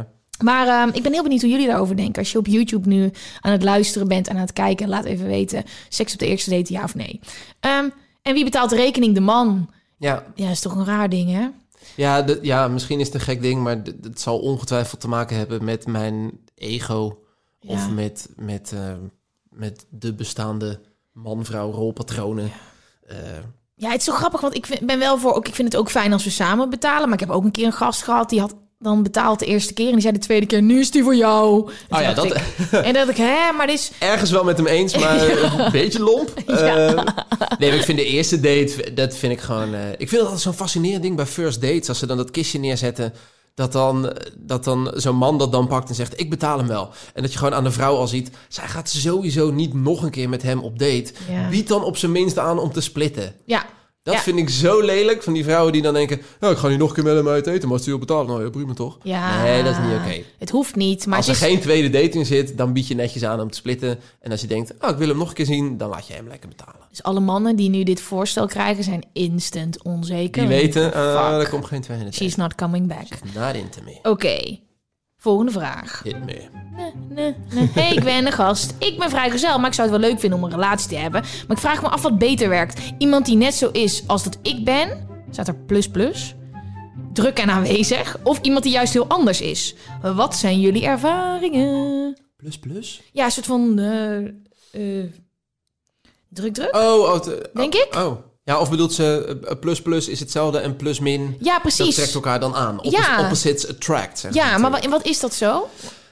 Speaker 2: Maar ik ben heel benieuwd hoe jullie daarover denken. Als je op YouTube nu aan het luisteren bent en aan het kijken, laat even weten. Seks op de eerste date, ja of nee? En wie betaalt de rekening? De man.
Speaker 3: Ja,
Speaker 2: Ja, is toch een raar ding, hè?
Speaker 3: Ja, misschien is het een gek ding, maar het zal ongetwijfeld te maken hebben met mijn ego.
Speaker 2: Ja.
Speaker 3: Of met de bestaande man-vrouw rolpatronen.
Speaker 2: Ja, het is zo grappig, want ik ben wel voor... Ik vind het ook fijn als we samen betalen. Maar ik heb ook een keer een gast gehad, die had dan betaald de eerste keer. En die zei de tweede keer, nu is die voor jou. En
Speaker 3: Oh ja,
Speaker 2: toen
Speaker 3: dat...
Speaker 2: en dan dacht ik, maar dit is...
Speaker 3: Ergens wel met hem eens, maar een beetje lomp.
Speaker 2: Ja.
Speaker 3: Nee, maar ik vind de eerste date, dat vind ik gewoon... ik vind het altijd zo'n fascinerend ding bij first dates. Als ze dan dat kistje neerzetten, dat dan zo'n man dat dan pakt en zegt, ik betaal hem wel. En dat je gewoon aan de vrouw al ziet, zij gaat sowieso niet nog een keer met hem op date.
Speaker 2: Ja.
Speaker 3: Bied dan op zijn minst aan om te splitten.
Speaker 2: Ja.
Speaker 3: Dat
Speaker 2: Ja.
Speaker 3: vind ik zo lelijk van die vrouwen die dan denken, ik ga niet nog een keer met hem uit eten, maar als hij wil betalen, nou ja, prima toch?
Speaker 2: Ja.
Speaker 3: Nee, dat is niet oké.
Speaker 2: Het hoeft niet, maar
Speaker 3: Als er
Speaker 2: het is...
Speaker 3: geen tweede date in zit, dan bied je netjes aan om te splitten. En als je denkt, ik wil hem nog een keer zien, dan laat je hem lekker betalen.
Speaker 2: Dus alle mannen die nu dit voorstel krijgen, zijn instant onzeker.
Speaker 3: Die weten,
Speaker 2: Fuck.
Speaker 3: er komt geen tweede date.
Speaker 2: She's not coming back.
Speaker 3: Not into me.
Speaker 2: Oké. Volgende vraag.
Speaker 3: Hit me.
Speaker 2: Nee. Hey, ik ben een gast. Ik ben vrijgezel, maar ik zou het wel leuk vinden om een relatie te hebben. Maar ik vraag me af wat beter werkt. Iemand die net zo is als dat ik ben, staat er plus, druk en aanwezig. Of iemand die juist heel anders is. Wat zijn jullie ervaringen?
Speaker 3: Plus?
Speaker 2: Ja, een soort van druk. Denk ik.
Speaker 3: Oh. Ja, of bedoelt ze plus is hetzelfde en plus min.
Speaker 2: Ja, precies.
Speaker 3: Dat trekt elkaar dan aan.
Speaker 2: Ja.
Speaker 3: Opposites attract. Zeg
Speaker 2: Ja, maar
Speaker 3: natuurlijk.
Speaker 2: wat is dat zo?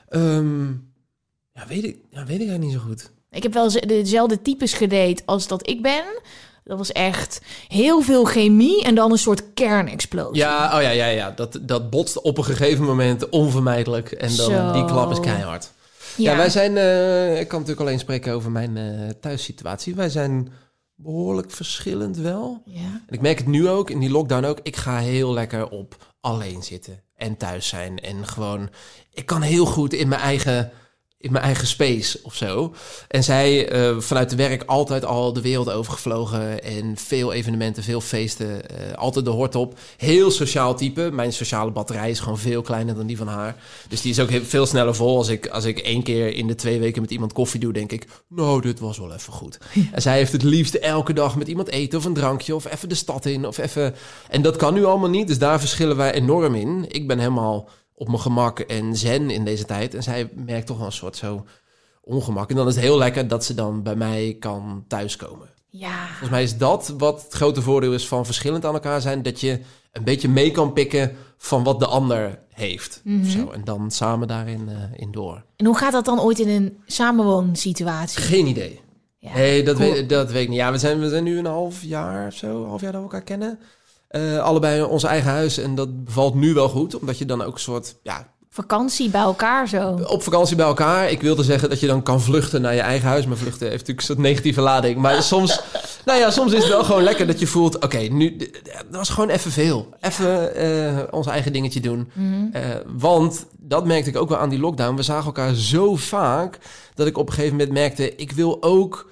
Speaker 3: Weet ik eigenlijk niet zo goed.
Speaker 2: Ik heb wel dezelfde types gedate als dat ik ben. Dat was echt heel veel chemie en dan een soort kernexplosie.
Speaker 3: Ja. Dat botst op een gegeven moment onvermijdelijk. En dan
Speaker 2: Zo.
Speaker 3: die klap is keihard. Ja, wij zijn... ik kan natuurlijk alleen spreken over mijn thuissituatie. Wij zijn behoorlijk verschillend wel.
Speaker 2: Ja.
Speaker 3: En ik merk het nu ook, in die lockdown ook. Ik ga heel lekker op alleen zitten en thuis zijn. En gewoon... Ik kan heel goed in mijn eigen space of zo. En zij vanuit de werk altijd al de wereld overgevlogen. En veel evenementen, veel feesten. Altijd de hort op. Heel sociaal type. Mijn sociale batterij is gewoon veel kleiner dan die van haar. Dus die is ook veel sneller vol. Als ik 1 keer in de 2 weken met iemand koffie doe, denk ik, nou, dit was wel even goed. Ja. En zij heeft het liefst elke dag met iemand eten of een drankje. Of even de stad in. Of even... En dat kan nu allemaal niet. Dus daar verschillen wij enorm in. Ik ben helemaal op mijn gemak en zen in deze tijd. En zij merkt toch wel een soort zo ongemak. En dan is het heel lekker dat ze dan bij mij kan thuiskomen.
Speaker 2: Ja.
Speaker 3: Volgens mij is dat wat het grote voordeel is van verschillend aan elkaar zijn. Dat je een beetje mee kan pikken van wat de ander heeft. Of zo. En dan samen daarin in door.
Speaker 2: En hoe gaat dat dan ooit in een samenwoonsituatie?
Speaker 3: Geen idee.
Speaker 2: Ja,
Speaker 3: Nee, dat
Speaker 2: cool.
Speaker 3: weet ik niet. Ja, we zijn nu een half jaar of zo. Half jaar dat we elkaar kennen. Allebei ons eigen huis. En dat bevalt nu wel goed. Omdat je dan ook een soort...
Speaker 2: Vakantie bij elkaar zo.
Speaker 3: Op vakantie bij elkaar. Ik wilde zeggen dat je dan kan vluchten naar je eigen huis. Maar vluchten heeft natuurlijk een soort negatieve lading. Maar soms is het wel gewoon lekker dat je voelt... Oké, nu, dat was gewoon even veel. Even ons eigen dingetje doen. Want, dat merkte ik ook wel aan die lockdown. We zagen elkaar zo vaak dat ik op een gegeven moment merkte... Ik wil ook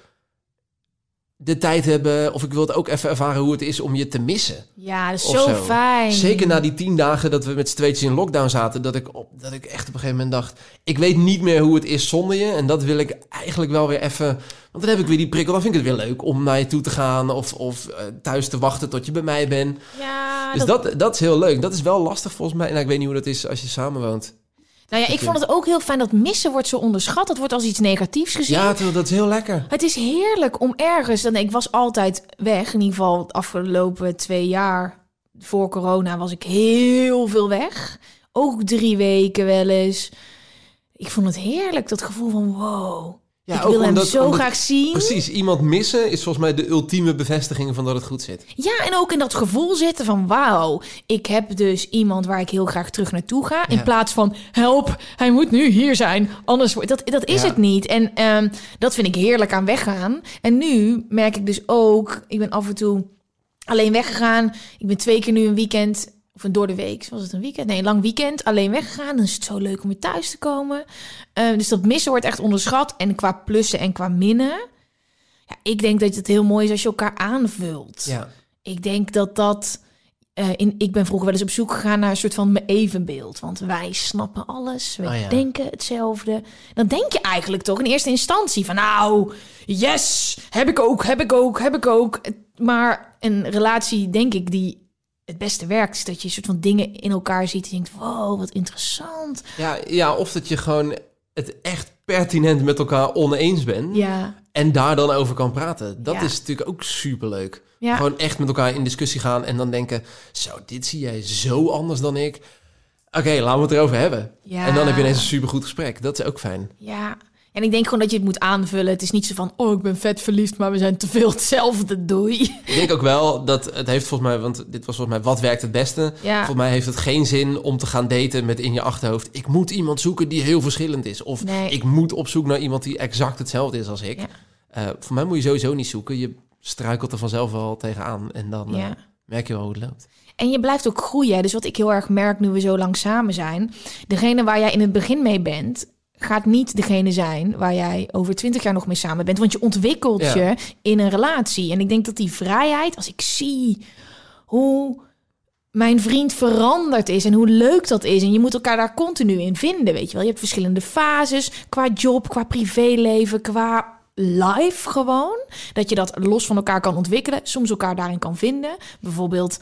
Speaker 3: de tijd hebben... of ik wil het ook even ervaren hoe het is om je te missen.
Speaker 2: Ja, dat is
Speaker 3: Of
Speaker 2: zo fijn.
Speaker 3: Zeker na die 10 dagen dat we met z'n tweetjes in lockdown zaten... dat ik echt op een gegeven moment dacht... ik weet niet meer hoe het is zonder je. En dat wil ik eigenlijk wel weer even... want dan heb ik weer die prikkel. Dan vind ik het weer leuk om naar je toe te gaan... of thuis te wachten tot je bij mij bent.
Speaker 2: Ja,
Speaker 3: Dus dat is heel leuk. Dat is wel lastig volgens mij. En ik weet niet hoe dat is als je samenwoont.
Speaker 2: Nou ja, ik vond het ook heel fijn dat missen wordt zo onderschat. Dat wordt als iets negatiefs gezien.
Speaker 3: Ja, terwijl dat is heel lekker.
Speaker 2: Het is heerlijk om ergens... Ik was altijd weg. In ieder geval de afgelopen 2 jaar voor corona was ik heel veel weg. Ook 3 weken wel eens. Ik vond het heerlijk, dat gevoel van wow.
Speaker 3: Ja,
Speaker 2: ik
Speaker 3: ook
Speaker 2: wil hem
Speaker 3: omdat-
Speaker 2: zo
Speaker 3: omdat-
Speaker 2: graag zien.
Speaker 3: Precies, iemand missen is volgens mij de ultieme bevestiging van dat het goed zit.
Speaker 2: Ja, en ook in dat gevoel zitten van wauw, ik heb dus iemand waar ik heel graag terug naartoe ga. In
Speaker 3: Ja.
Speaker 2: plaats van help, hij moet nu hier zijn. Anders dat is
Speaker 3: Ja.
Speaker 2: het niet. En dat vind ik heerlijk aan weggaan. En nu merk ik dus ook, ik ben af en toe alleen weggegaan. Ik ben 2 keer nu een weekend, of door de week, was het een weekend? Nee, een lang weekend, alleen weggegaan. Dan is het zo leuk om weer thuis te komen. Dus dat missen wordt echt onderschat. En qua plussen en qua minnen. Ja, ik denk dat het heel mooi is als je elkaar aanvult.
Speaker 3: Ja.
Speaker 2: Ik denk dat Ik ben vroeger wel eens op zoek gegaan naar een soort van mijn evenbeeld. Want wij snappen alles, we denken hetzelfde. Dan denk je eigenlijk toch in eerste instantie van... nou, yes, heb ik ook. Maar een relatie, denk ik, die het beste werkt... is dat je een soort van dingen in elkaar ziet en denkt... wow, wat interessant.
Speaker 3: Ja, of dat je gewoon het echt pertinent met elkaar oneens bent...
Speaker 2: Ja.
Speaker 3: En daar dan over kan praten. Dat is natuurlijk ook superleuk.
Speaker 2: Ja.
Speaker 3: Gewoon echt met elkaar in discussie gaan... en dan denken, zo, dit zie jij zo anders dan ik. Oké, laten we het erover hebben. Ja. En dan heb je ineens een supergoed gesprek. Dat is ook fijn.
Speaker 2: Ja, en ik denk gewoon dat je het moet aanvullen. Het is niet zo van, oh, ik ben vet verliefd... maar we zijn te veel hetzelfde, doei.
Speaker 3: Ik denk ook wel dat het heeft volgens mij... want dit was volgens mij, wat werkt het beste? Ja. Volgens mij heeft het geen zin om te gaan daten met in je achterhoofd... ik moet iemand zoeken die heel verschillend is. Of ik moet op zoek naar iemand die exact hetzelfde is als ik. Ja. Voor mij moet je sowieso niet zoeken. Je struikelt er vanzelf wel tegenaan. En dan merk je wel hoe het loopt. En
Speaker 2: je blijft ook groeien. Dus wat ik heel erg merk nu we zo lang samen zijn... degene waar jij in het begin mee bent... gaat niet degene zijn waar jij over 20 jaar nog mee samen bent. Want je ontwikkelt je in een relatie. En ik denk dat die vrijheid, als ik zie hoe mijn vriend veranderd is... en hoe leuk dat is... en je moet elkaar daar continu in vinden, weet je wel. Je hebt verschillende fases qua job, qua privéleven, qua... live gewoon, dat je dat los van elkaar kan ontwikkelen, soms elkaar daarin kan vinden. Bijvoorbeeld,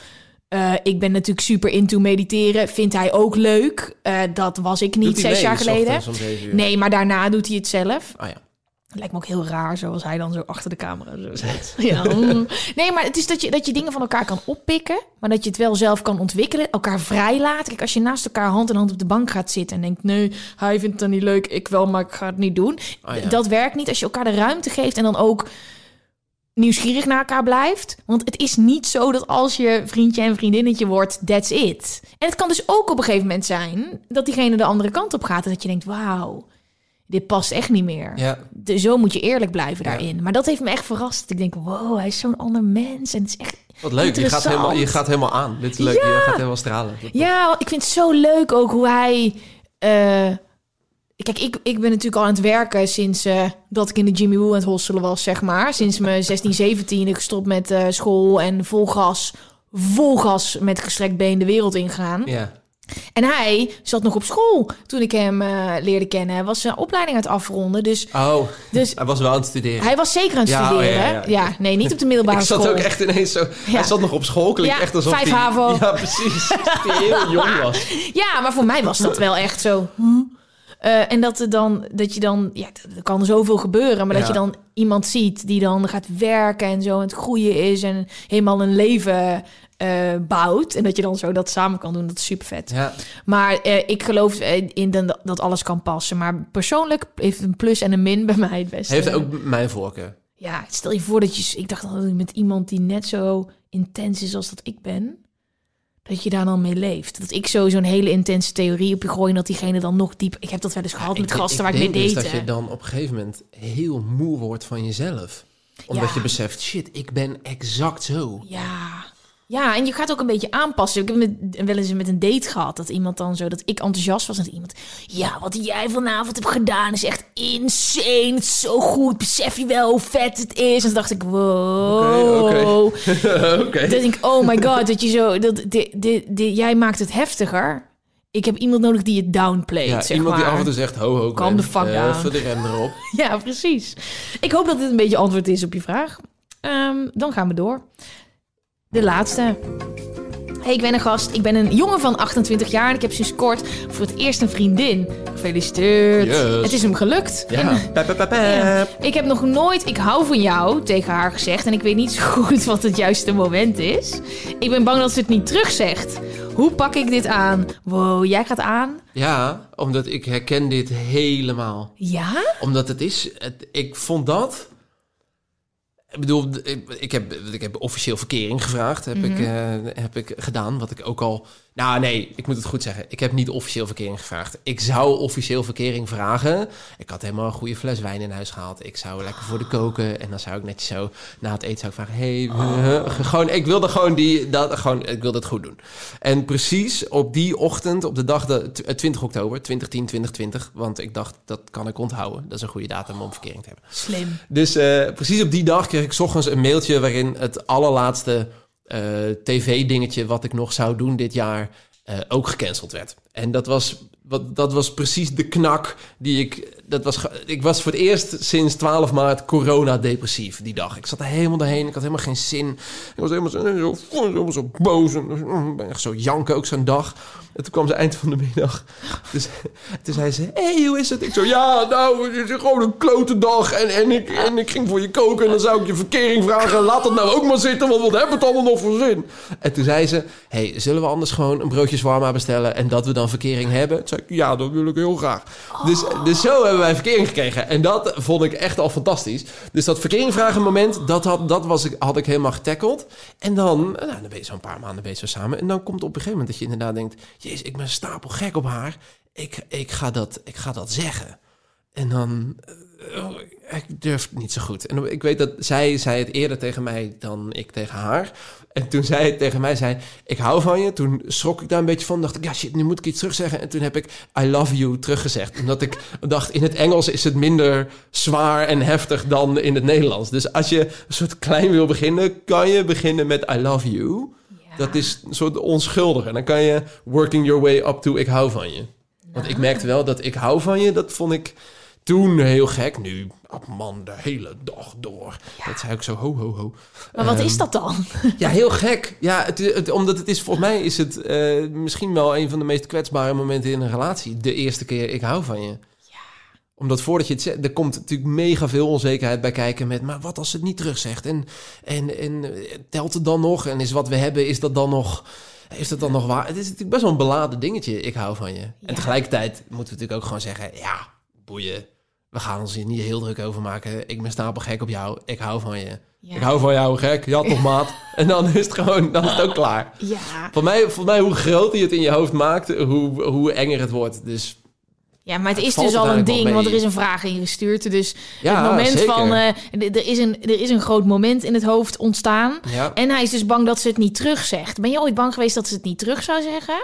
Speaker 2: ik ben natuurlijk super into mediteren, vindt hij ook leuk. Dat was ik niet 6 jaar geleden. Nee, maar daarna doet hij het zelf.
Speaker 3: Oh ja.
Speaker 2: Het lijkt me ook heel raar, zoals hij dan zo achter de camera zo zit. Ja. Nee, maar het is dat je dingen van elkaar kan oppikken, maar dat je het wel zelf kan ontwikkelen, elkaar vrijlaten. Kijk, als je naast elkaar hand in hand op de bank gaat zitten en denkt, nee, hij vindt het dan niet leuk, ik wel, maar ik ga het niet doen. Oh ja. Dat werkt niet als je elkaar de ruimte geeft en dan ook nieuwsgierig naar elkaar blijft. Want het is niet zo dat als je vriendje en vriendinnetje wordt, that's it. En het kan dus ook op een gegeven moment zijn dat diegene de andere kant op gaat en dat je denkt, wauw, dit past echt niet meer. Ja. Zo moet je eerlijk blijven daarin. Ja. Maar dat heeft me echt verrast. Ik denk, wow, hij is zo'n ander mens. En het is echt
Speaker 3: wat leuk, je gaat helemaal aan. Dit is leuk, je gaat helemaal stralen.
Speaker 2: Ja, ik vind het zo leuk ook hoe hij... Kijk, ik ben natuurlijk al aan het werken sinds dat ik in de Jimmy Woo aan het hosselen was, zeg maar. Sinds mijn 16, 17 gestopt met school en vol gas met gestrekt been de wereld ingaan. Ja. En hij zat nog op school toen ik hem leerde kennen. Hij was zijn opleiding aan het afronden. Dus
Speaker 3: hij was wel aan het studeren.
Speaker 2: Hij was zeker aan het studeren. Ja, nee, niet op de middelbare school.
Speaker 3: Ik zat ook echt ineens zo... Ja. Hij zat nog op school. Klinkt echt alsof
Speaker 2: 5 HAVO.
Speaker 3: Ja, precies. Die heel jong was.
Speaker 2: Ja, maar voor mij was dat wel echt zo... en dat je dan... Ja, er kan zoveel gebeuren. Maar dat je dan iemand ziet die dan gaat werken en zo aan het groeien is. En helemaal een leven... bouwt en dat je dan zo dat samen kan doen, dat is super vet. Ja. Maar ik geloof in dat alles kan passen. Maar persoonlijk heeft een plus en een min bij mij het beste.
Speaker 3: Heeft ook mijn voorkeur.
Speaker 2: Ja, stel je voor dat je... Ik dacht dat met iemand die net zo intens is als dat ik ben, dat je daar dan mee leeft. Dat ik zo'n hele intense theorie op je gooi en dat diegene dan nog diep... Ik heb dat wel eens gehad met gasten waar ik mee date.
Speaker 3: Ik denk dus dat je dan op een gegeven moment heel moe wordt van jezelf. Omdat je beseft, shit, ik ben exact zo.
Speaker 2: Ja, en je gaat ook een beetje aanpassen. Ik heb wel eens met een date gehad dat iemand dan zo... dat ik enthousiast was en dat iemand... Ja, wat jij vanavond hebt gedaan is echt insane. Het is zo goed. Besef je wel hoe vet het is? En toen dacht ik, wow. Oké. Dan denk ik, oh my god, dat je zo... jij maakt het heftiger. Ik heb iemand nodig die het downplayt,
Speaker 3: zeg iemand
Speaker 2: maar.
Speaker 3: Die af en toe zegt, ho,
Speaker 2: kalm de fuck down.
Speaker 3: Even de rem erop.
Speaker 2: Ja, precies. Ik hoop dat dit een beetje antwoord is op je vraag. Dan gaan we door. De laatste. Hey, ik ben een gast. Ik ben een jongen van 28 jaar en ik heb sinds kort voor het eerst een vriendin. Gefeliciteerd. Yes. Het is hem gelukt.
Speaker 3: Ja.
Speaker 2: Ik heb nog nooit ik hou van jou tegen haar gezegd en ik weet niet zo goed wat het juiste moment is. Ik ben bang dat ze het niet terugzegt. Hoe pak ik dit aan? Wow, jij gaat aan?
Speaker 3: Ja, omdat ik herken dit helemaal.
Speaker 2: Ja?
Speaker 3: Omdat ik vond dat... Ik bedoel, ik heb officieel verkering gevraagd. Heb ik gedaan, wat ik ook al... Nou nee, ik moet het goed zeggen. Ik heb niet officieel verkering gevraagd. Ik zou officieel verkering vragen. Ik had helemaal een goede fles wijn in huis gehaald. Ik zou lekker voor de koken. En dan zou ik netjes zo... Na het eten zou ik vragen... Gewoon, ik wilde ik wilde het goed doen. En precies op die ochtend, op de dag 20 oktober, 2020. Want ik dacht, dat kan ik onthouden. Dat is een goede datum om verkering te hebben.
Speaker 2: Slim.
Speaker 3: Dus precies op die dag kreeg ik 's ochtends een mailtje waarin het allerlaatste tv-dingetje wat ik nog zou doen dit jaar ook gecanceld werd. En dat was precies de knak die ik was voor het eerst sinds 12 maart corona-depressief die dag. Ik zat er helemaal doorheen. Ik had helemaal geen zin. Ik was helemaal zo boos. En ben echt zo janken ook zo'n dag. En toen kwam ze eind van de middag. Dus toen zei ze, hey, hoe is het? Ik zo, ja, nou, het is gewoon een klote dag. En ik ging voor je koken en dan zou ik je verkering vragen. Laat dat nou ook maar zitten, want wat hebben we het allemaal nog voor zin? En toen zei ze, hey, zullen we anders gewoon een broodje shawarma bestellen en dat we dan verkering hebben? Toen zei ik, ja, dat wil ik heel graag. Dus zo hebben wij verkering gekregen. En dat vond ik echt al fantastisch. Dus dat verkering vragen moment, had ik helemaal getackled. En dan ben je zo'n paar maanden bezig samen. En dan komt op een gegeven moment dat je inderdaad denkt, jezus, ik ben stapel gek op haar. Ik ga dat zeggen. En dan, ik durf het niet zo goed. En ik weet dat zij zei het eerder tegen mij dan ik tegen haar. En toen zij het tegen mij zei, ik hou van je. Toen schrok ik daar een beetje van. Dacht ik, ja shit, nu moet ik iets terugzeggen. En toen heb ik I love you teruggezegd. Omdat ik dacht, in het Engels is het minder zwaar en heftig dan in het Nederlands. Dus als je een soort klein wil beginnen, kan je beginnen met I love you. Ja. Dat is een soort onschuldig. En dan kan je working your way up to ik hou van je. Want ik merkte wel dat ik hou van je, dat vond ik toen heel gek. Nu, man, de hele dag door. Ja. Dat zei ik zo, ho, ho, ho.
Speaker 2: Maar wat is dat dan?
Speaker 3: Ja, heel gek. Ja, omdat het is, volgens mij is het misschien wel een van de meest kwetsbare momenten in een relatie. De eerste keer, ik hou van je. Ja. Omdat voordat je het zegt, er komt natuurlijk mega veel onzekerheid bij kijken met, maar wat als het niet terugzegt? En telt het dan nog? En is wat we hebben, is dat dan nog... Heeft het dan nog waar? Het is natuurlijk best wel een beladen dingetje, ik hou van je. Ja. En tegelijkertijd moeten we natuurlijk ook gewoon zeggen, ja, boeien. We gaan ons hier niet heel druk over maken. Ik ben stapel gek op jou. Ik hou van je. Ja. Ik hou van jou, gek. Ja, toch, maat? En dan is het gewoon, dan is het ook klaar. Ja. Volgens mij, hoe groter je het in je hoofd maakt, hoe enger het wordt. Dus
Speaker 2: ja, maar het is dus al een ding, want er is een vraag ingestuurd. Dus ja, het moment zeker. Van... er is een groot moment in het hoofd ontstaan. Ja. En hij is dus bang dat ze het niet terugzegt. Ben je ooit bang geweest dat ze het niet terug zou zeggen?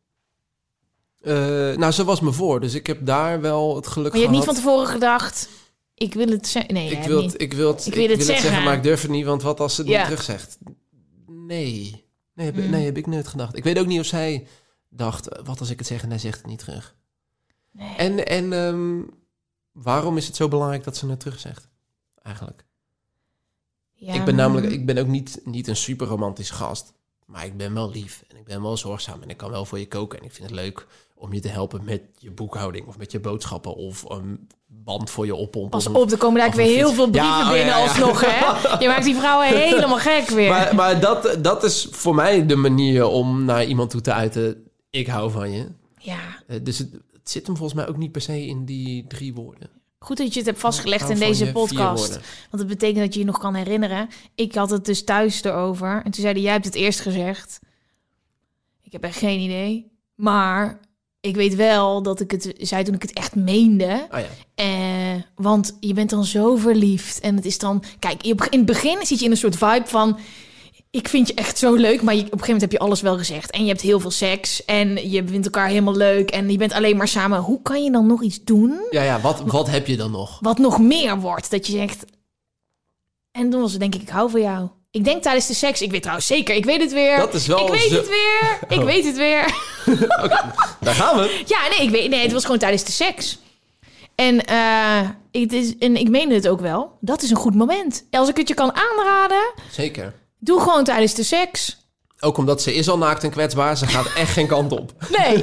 Speaker 3: Nou, ze was me voor. Dus ik heb daar wel het geluk gehad.
Speaker 2: Maar je hebt niet van tevoren gedacht, ik wil het zeggen. Nee,
Speaker 3: ik wil het zeggen, maar ik durf het niet. Want wat als ze het niet terugzegt? Nee, heb ik nooit gedacht. Ik weet ook niet of zij dacht, wat als ik het zeg en hij zegt het niet terug. Nee. En waarom is het zo belangrijk dat ze het terugzegt? Eigenlijk. Ja, ik ben ook niet een super romantisch gast. Maar ik ben wel lief en ik ben wel zorgzaam en ik kan wel voor je koken. En ik vind het leuk om je te helpen met je boekhouding of met je boodschappen of een band voor je oppompen.
Speaker 2: Pas op, er komen eigenlijk weer heel veel brieven binnen alsnog, hè? Je maakt die vrouwen helemaal gek weer.
Speaker 3: Maar dat is voor mij de manier om naar iemand toe te uiten, ik hou van je. Ja. Dus het zit hem volgens mij ook niet per se in die 3 woorden.
Speaker 2: Goed dat je het hebt vastgelegd in deze podcast. Want het betekent dat je je nog kan herinneren. Ik had het dus thuis erover. En toen zei hij, jij hebt het eerst gezegd. Ik heb echt geen idee. Maar ik weet wel dat ik het zei toen ik het echt meende. Oh ja. Want je bent dan zo verliefd. En het is dan... Kijk, in het begin zit je in een soort vibe van... Ik vind je echt zo leuk, maar op een gegeven moment heb je alles wel gezegd. En je hebt heel veel seks en je vindt elkaar helemaal leuk. En je bent alleen maar samen. Hoe kan je dan nog iets doen?
Speaker 3: Ja, wat heb je dan nog?
Speaker 2: Wat nog meer wordt, dat je zegt... En toen was het denk ik hou van jou. Ik denk tijdens de seks, ik weet trouwens zeker, ik weet het weer. Dat is wel... Ik weet het weer.
Speaker 3: Okay, daar gaan we.
Speaker 2: Ja, nee, het was gewoon tijdens de seks. En ik meende het ook wel. Dat is een goed moment. Als ik het je kan aanraden... Zeker. Doe gewoon tijdens de seks.
Speaker 3: Ook omdat ze is al naakt en kwetsbaar. Ze gaat echt geen kant op.
Speaker 2: Nee.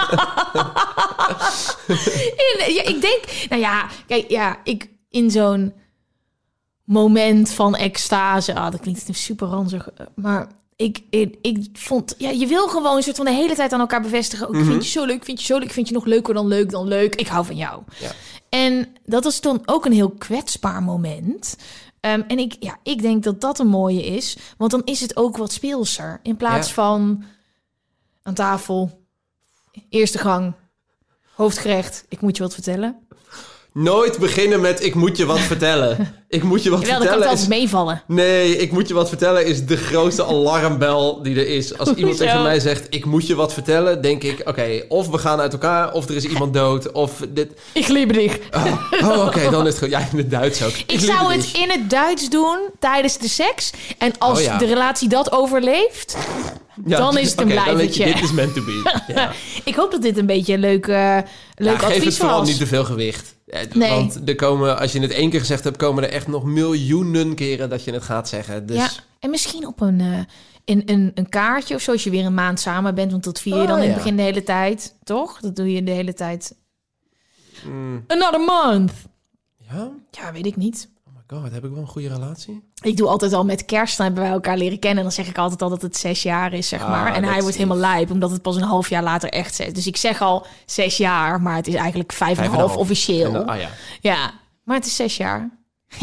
Speaker 2: Ik denk... Nou ja, kijk, in zo'n moment van extase... dat klinkt super ranzig. Maar ik vond... Ja, je wil gewoon een soort van de hele tijd aan elkaar bevestigen. Ik vind je zo leuk, vind je zo leuk. Ik vind je nog leuker dan leuk. Ik hou van jou. Ja. En dat was dan ook een heel kwetsbaar moment... En ik denk dat dat een mooie is. Want dan is het ook wat speelser. In plaats van aan tafel, eerste gang, hoofdgerecht. Ik moet je wat vertellen.
Speaker 3: Nooit beginnen met ik moet je wat vertellen. Ik moet je wat
Speaker 2: Jawel, dan kan
Speaker 3: vertellen
Speaker 2: het altijd meevallen.
Speaker 3: Nee, ik moet je wat vertellen is de grootste alarmbel die er is. Als iemand
Speaker 2: Hoezo?
Speaker 3: tegen mij zegt, ik moet je wat vertellen, denk ik, oké, of we gaan uit elkaar, of er is iemand dood, of dit.
Speaker 2: Ik liebe dich.
Speaker 3: Oké, dan is het goed. Ja, in het Duits ook.
Speaker 2: Ik zou het in het Duits doen tijdens de seks. En als de relatie dat overleeft, dan is het een
Speaker 3: Dan weet je,
Speaker 2: blijvertje.
Speaker 3: dit is meant to be. Ja.
Speaker 2: Ik hoop dat dit een beetje een leuk
Speaker 3: Geef
Speaker 2: advies
Speaker 3: het vooral
Speaker 2: was.
Speaker 3: niet te veel gewicht.
Speaker 2: Nee.
Speaker 3: Want er komen, als je het 1 keer gezegd hebt, komen er echt nog miljoenen keren dat je het gaat zeggen. Dus...
Speaker 2: Ja, en misschien op een kaartje of zo, als je weer een maand samen bent. Want dat vier je dan in het begin de hele tijd, toch? Dat doe je de hele tijd. Another month.
Speaker 3: Ja?
Speaker 2: Ja, weet ik niet.
Speaker 3: Oh my god, heb ik wel een goede relatie?
Speaker 2: Ik doe altijd al met kerst, dan hebben wij elkaar leren kennen. En dan zeg ik altijd al dat het 6 jaar is, zeg maar. En hij wordt helemaal lijp, omdat het pas een half jaar later echt 6. Dus ik zeg al 6 jaar, maar het is eigenlijk 5,5 officieel.
Speaker 3: Dan,
Speaker 2: Ja, maar het is 6 jaar.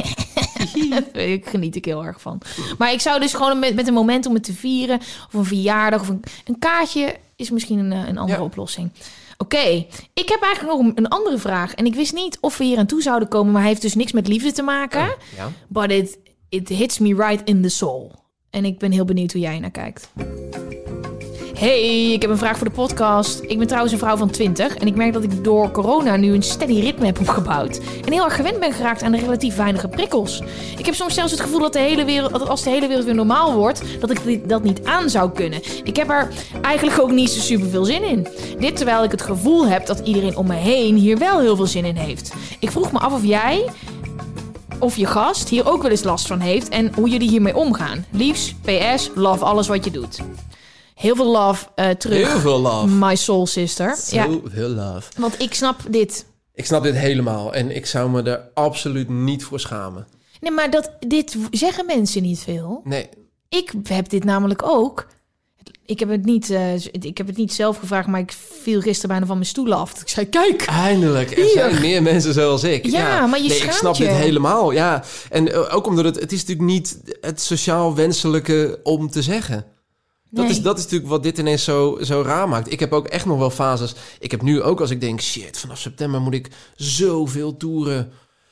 Speaker 2: Ik geniet ik heel erg van. Maar ik zou dus gewoon met een moment om het te vieren, of een verjaardag, of een kaartje, is misschien een andere oplossing. Oké, ik heb eigenlijk nog een andere vraag. En ik wist niet of we hier aan toe zouden komen, maar hij heeft dus niks met liefde te maken.
Speaker 3: Ja.
Speaker 2: But it hits me right in the soul. En ik ben heel benieuwd hoe jij naar kijkt. Hey, ik heb een vraag voor de podcast. Ik ben trouwens een vrouw van 20 en ik merk dat ik door corona nu een steady ritme heb opgebouwd. En heel erg gewend ben geraakt aan de relatief weinige prikkels. Ik heb soms zelfs het gevoel dat als de hele wereld weer normaal wordt, dat ik dat niet aan zou kunnen. Ik heb er eigenlijk ook niet zo super veel zin in. Dit terwijl ik het gevoel heb dat iedereen om me heen hier wel heel veel zin in heeft. Ik vroeg me af of jij of je gast hier ook wel eens last van heeft en hoe jullie hiermee omgaan. Liefs, PS, love alles wat je doet. Heel veel love terug.
Speaker 3: Heel veel love.
Speaker 2: My soul sister.
Speaker 3: Veel love.
Speaker 2: Want ik snap dit.
Speaker 3: Ik snap dit helemaal. En ik zou me er absoluut niet voor schamen.
Speaker 2: Nee, maar dit zeggen mensen niet veel.
Speaker 3: Nee.
Speaker 2: Ik heb dit namelijk ook. Ik heb het niet zelf gevraagd, maar ik viel gisteren bijna van mijn stoel af. Ik zei, kijk.
Speaker 3: Eindelijk. Er zijn meer mensen zoals ik.
Speaker 2: Ja, maar je schaamt
Speaker 3: ik snap dit helemaal. Ja. En ook omdat het is natuurlijk niet het sociaal wenselijke om te zeggen.
Speaker 2: Nee.
Speaker 3: Dat is natuurlijk wat dit ineens zo raar maakt. Ik heb ook echt nog wel fases. Ik heb nu ook als ik denk, shit, vanaf september moet ik zoveel toeren.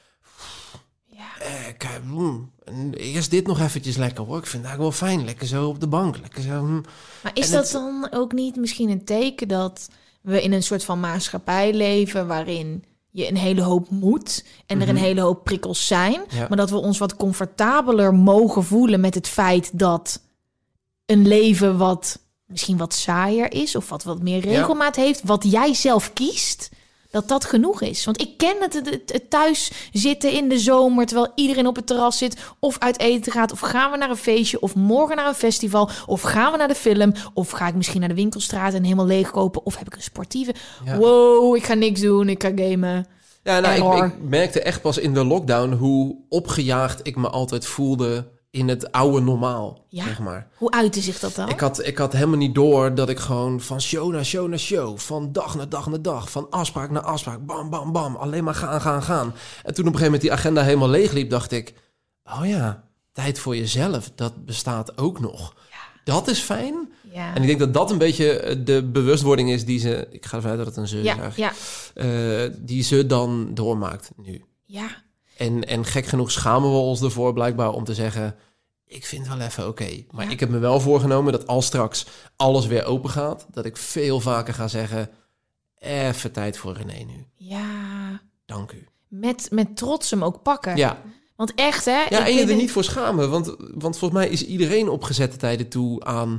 Speaker 3: Eerst dit nog eventjes lekker hoor. Ik vind het eigenlijk wel fijn. Lekker zo op de bank. Lekker zo.
Speaker 2: Maar is dat dan ook niet misschien een teken dat we in een soort van maatschappij leven waarin je een hele hoop moet en er een hele hoop prikkels zijn, maar dat we ons wat comfortabeler mogen voelen met het feit dat een leven wat misschien wat saaier is of wat meer regelmaat heeft, wat jij zelf kiest, dat genoeg is. Want ik ken het thuis zitten in de zomer, terwijl iedereen op het terras zit, of uit eten gaat, of gaan we naar een feestje, of morgen naar een festival, of gaan we naar de film, of ga ik misschien naar de winkelstraat en helemaal leegkopen, of heb ik een sportieve. Ja. Wow, ik ga niks doen, ik ga gamen.
Speaker 3: Ja, nou, ik merkte echt pas in de lockdown hoe opgejaagd ik me altijd voelde in het oude normaal, zeg maar.
Speaker 2: Hoe uitte zich dat dan?
Speaker 3: Ik had helemaal niet door dat ik gewoon van show naar show naar show, van dag naar dag naar dag, van afspraak naar afspraak, bam, bam, bam, alleen maar gaan. En toen op een gegeven moment die agenda helemaal leeg liep, dacht ik, oh ja, tijd voor jezelf, dat bestaat ook nog. Ja. Dat is fijn. Ja. En ik denk dat dat een beetje de bewustwording is die ze, ik ga ervan uit dat het een ze is, die ze dan doormaakt nu.
Speaker 2: Ja.
Speaker 3: En gek genoeg schamen we ons ervoor blijkbaar om te zeggen, ik vind het wel even oké. Maar ik heb me wel voorgenomen dat als straks alles weer open gaat, dat ik veel vaker ga zeggen, even tijd voor René nu.
Speaker 2: Ja.
Speaker 3: Dank u.
Speaker 2: Met trots hem ook pakken.
Speaker 3: Ja.
Speaker 2: Want echt, hè?
Speaker 3: Ja, en je er niet voor schamen. Want volgens mij is iedereen op gezette tijden toe aan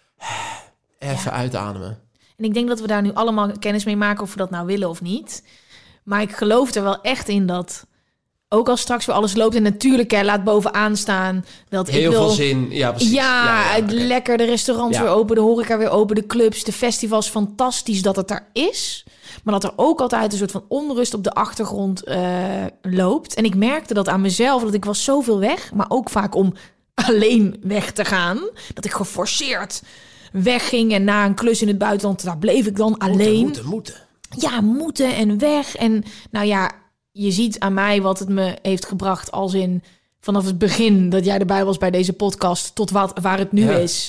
Speaker 3: even uitademen.
Speaker 2: En ik denk dat we daar nu allemaal kennis mee maken of we dat nou willen of niet. Maar ik geloof er wel echt in dat, ook als straks weer alles loopt, en natuurlijk, laat bovenaan staan dat
Speaker 3: heel
Speaker 2: ik wil,
Speaker 3: veel zin. Ja, precies.
Speaker 2: Ja, lekker, de restaurants weer open, de horeca weer open, de clubs, de festivals, fantastisch dat het daar is. Maar dat er ook altijd een soort van onrust op de achtergrond loopt. En ik merkte dat aan mezelf, dat ik was zoveel weg, maar ook vaak om alleen weg te gaan, dat ik geforceerd wegging en na een klus in het buitenland, daar bleef ik dan alleen.
Speaker 3: Moeten.
Speaker 2: Ja, moeten en weg. En nou ja, je ziet aan mij wat het me heeft gebracht, als in vanaf het begin dat jij erbij was bij deze podcast tot waar het nu is.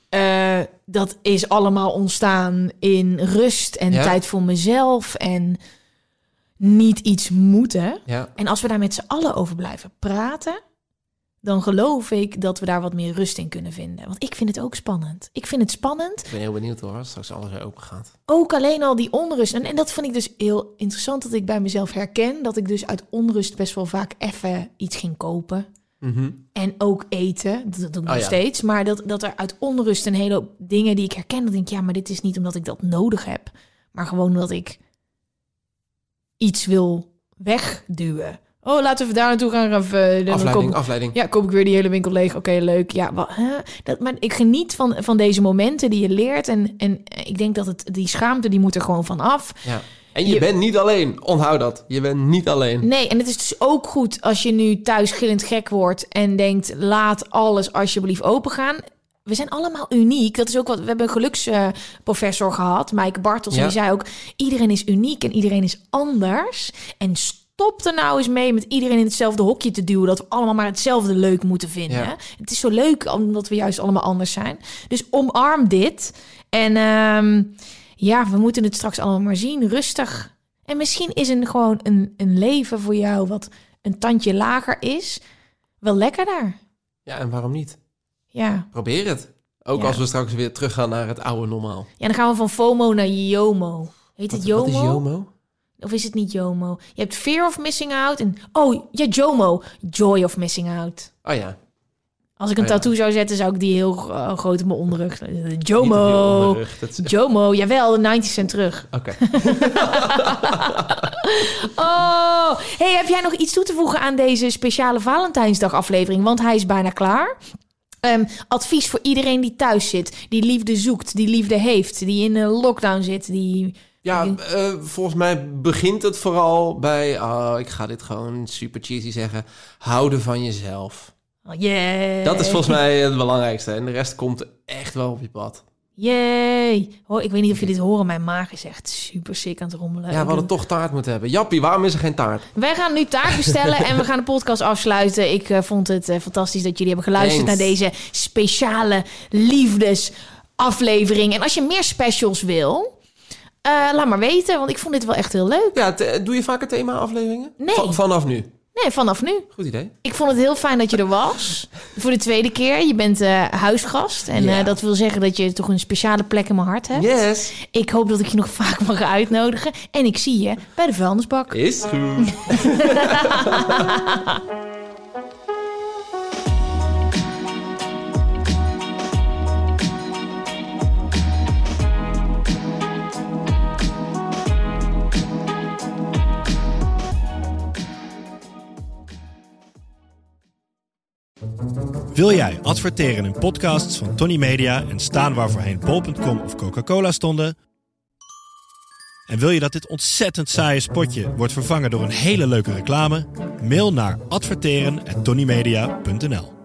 Speaker 2: Dat is allemaal ontstaan in rust en tijd voor mezelf. En niet iets moeten.
Speaker 3: Ja.
Speaker 2: En als we daar met z'n allen over blijven praten, dan geloof ik dat we daar wat meer rust in kunnen vinden. Want ik vind het ook spannend. Ik vind het spannend.
Speaker 3: Ik ben heel benieuwd hoor, als straks alles weer open gaat.
Speaker 2: Ook alleen al die onrust. En dat vind ik dus heel interessant dat ik bij mezelf herken. Dat ik dus uit onrust best wel vaak even iets ging kopen.
Speaker 3: Mm-hmm.
Speaker 2: En ook eten. Dat doe ik nog steeds. Maar dat er uit onrust een hele hoop dingen die ik herken. Dat denk ik, ja, maar dit is niet omdat ik dat nodig heb. Maar gewoon omdat ik iets wil wegduwen. Oh, laten we even daar naartoe gaan.
Speaker 3: Afleiding.
Speaker 2: Ja, koop ik weer die hele winkel leeg. Oké, leuk. Ja, maar ik geniet van deze momenten die je leert. En ik denk dat die schaamte, die moet er gewoon van af.
Speaker 3: Ja. En je bent niet alleen. Onthoud dat. Je bent niet alleen.
Speaker 2: Nee, en het is dus ook goed als je nu thuis gillend gek wordt en denkt, laat alles alsjeblieft opengaan. We zijn allemaal uniek. Dat is ook wat. We hebben een geluksprofessor gehad, Maaike Bartels. En die zei ook, iedereen is uniek en iedereen is anders. En stop er nou eens mee met iedereen in hetzelfde hokje te duwen, dat we allemaal maar hetzelfde leuk moeten vinden. Ja. Het is zo leuk omdat we juist allemaal anders zijn. Dus omarm dit. En we moeten het straks allemaal maar zien. Rustig. En misschien is gewoon een leven voor jou wat een tandje lager is wel lekkerder.
Speaker 3: Ja, en waarom niet?
Speaker 2: Ja.
Speaker 3: Probeer het. Ook als we straks weer teruggaan naar het oude normaal.
Speaker 2: Ja, dan gaan we van FOMO naar JOMO. Heet het JOMO?
Speaker 3: Wat is JOMO?
Speaker 2: Of is het niet JOMO? Je hebt Fear of Missing Out en... Oh, ja, JOMO. Joy of Missing Out.
Speaker 3: Oh ja.
Speaker 2: Als ik een tattoo zou zetten, zou ik die heel groot op mijn onderrug. JOMO. JOMO, jawel, de 90's zijn terug.
Speaker 3: Oké.
Speaker 2: Oh, hey, heb jij nog iets toe te voegen aan deze speciale Valentijnsdag aflevering? Want hij is bijna klaar. Advies voor iedereen die thuis zit, die liefde zoekt, die liefde heeft, die in een lockdown zit, die...
Speaker 3: Ja, volgens mij begint het vooral bij... ik ga dit gewoon super cheesy zeggen. Houden van jezelf.
Speaker 2: Oh, yeah.
Speaker 3: Dat is volgens mij het belangrijkste. En de rest komt echt wel op je pad.
Speaker 2: Yay. Ik weet niet of je dit horen. Mijn maag is echt super sick aan het rommelen.
Speaker 3: Ja, we hadden toch taart moeten hebben. Jappie, waarom is er geen taart?
Speaker 2: Wij gaan nu taart bestellen en we gaan de podcast afsluiten. Ik vond het fantastisch dat jullie hebben geluisterd naar deze speciale liefdesaflevering. En als je meer specials wil... laat maar weten, want ik vond dit wel echt heel leuk.
Speaker 3: Ja, doe je vaker thema-afleveringen?
Speaker 2: Nee.
Speaker 3: Vanaf nu?
Speaker 2: Nee, vanaf nu.
Speaker 3: Goed idee.
Speaker 2: Ik vond het heel fijn dat je er was. Voor de tweede keer. Je bent huisgast. En dat wil zeggen dat je toch een speciale plek in mijn hart hebt.
Speaker 3: Yes.
Speaker 2: Ik hoop dat ik je nog vaak mag uitnodigen. En ik zie je bij de vuilnisbak.
Speaker 3: Is goed.
Speaker 6: Wil jij adverteren in podcasts van Tony Media en staan waar voorheen bol.com of Coca-Cola stonden? En wil je dat dit ontzettend saaie spotje wordt vervangen door een hele leuke reclame? Mail naar adverteren@tonymedia.nl.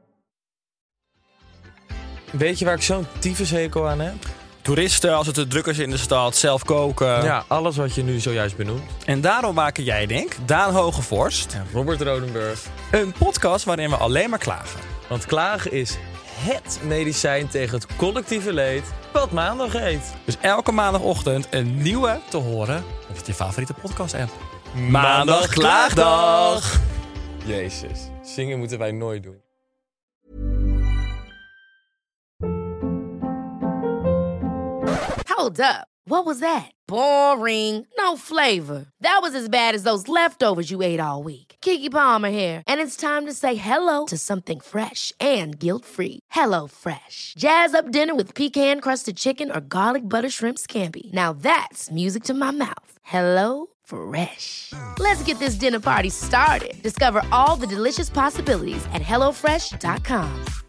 Speaker 7: Weet je waar ik zo'n tyfushekel aan heb?
Speaker 8: Toeristen, als het te druk is in de stad, zelf koken.
Speaker 7: Ja, alles wat je nu zojuist benoemt.
Speaker 8: En daarom maken jij, Daan Hogevorst
Speaker 7: En Robert Rodenburg.
Speaker 8: een podcast waarin we alleen maar klagen.
Speaker 7: Want klagen is HET medicijn tegen het collectieve leed wat maandag heet.
Speaker 8: Dus elke maandagochtend een nieuwe te horen op je favoriete podcast-app.
Speaker 7: Maandag Klaagdag! Jezus, zingen moeten wij nooit doen.
Speaker 5: Hold up. What was that? Boring. No flavor. That was as bad as those leftovers you ate all week. Keke Palmer here, and it's time to say hello to something fresh and guilt-free. Hello Fresh. Jazz up dinner with pecan-crusted chicken or garlic butter shrimp scampi. Now that's music to my mouth. Hello Fresh. Let's get this dinner party started. Discover all the delicious possibilities at HelloFresh.com.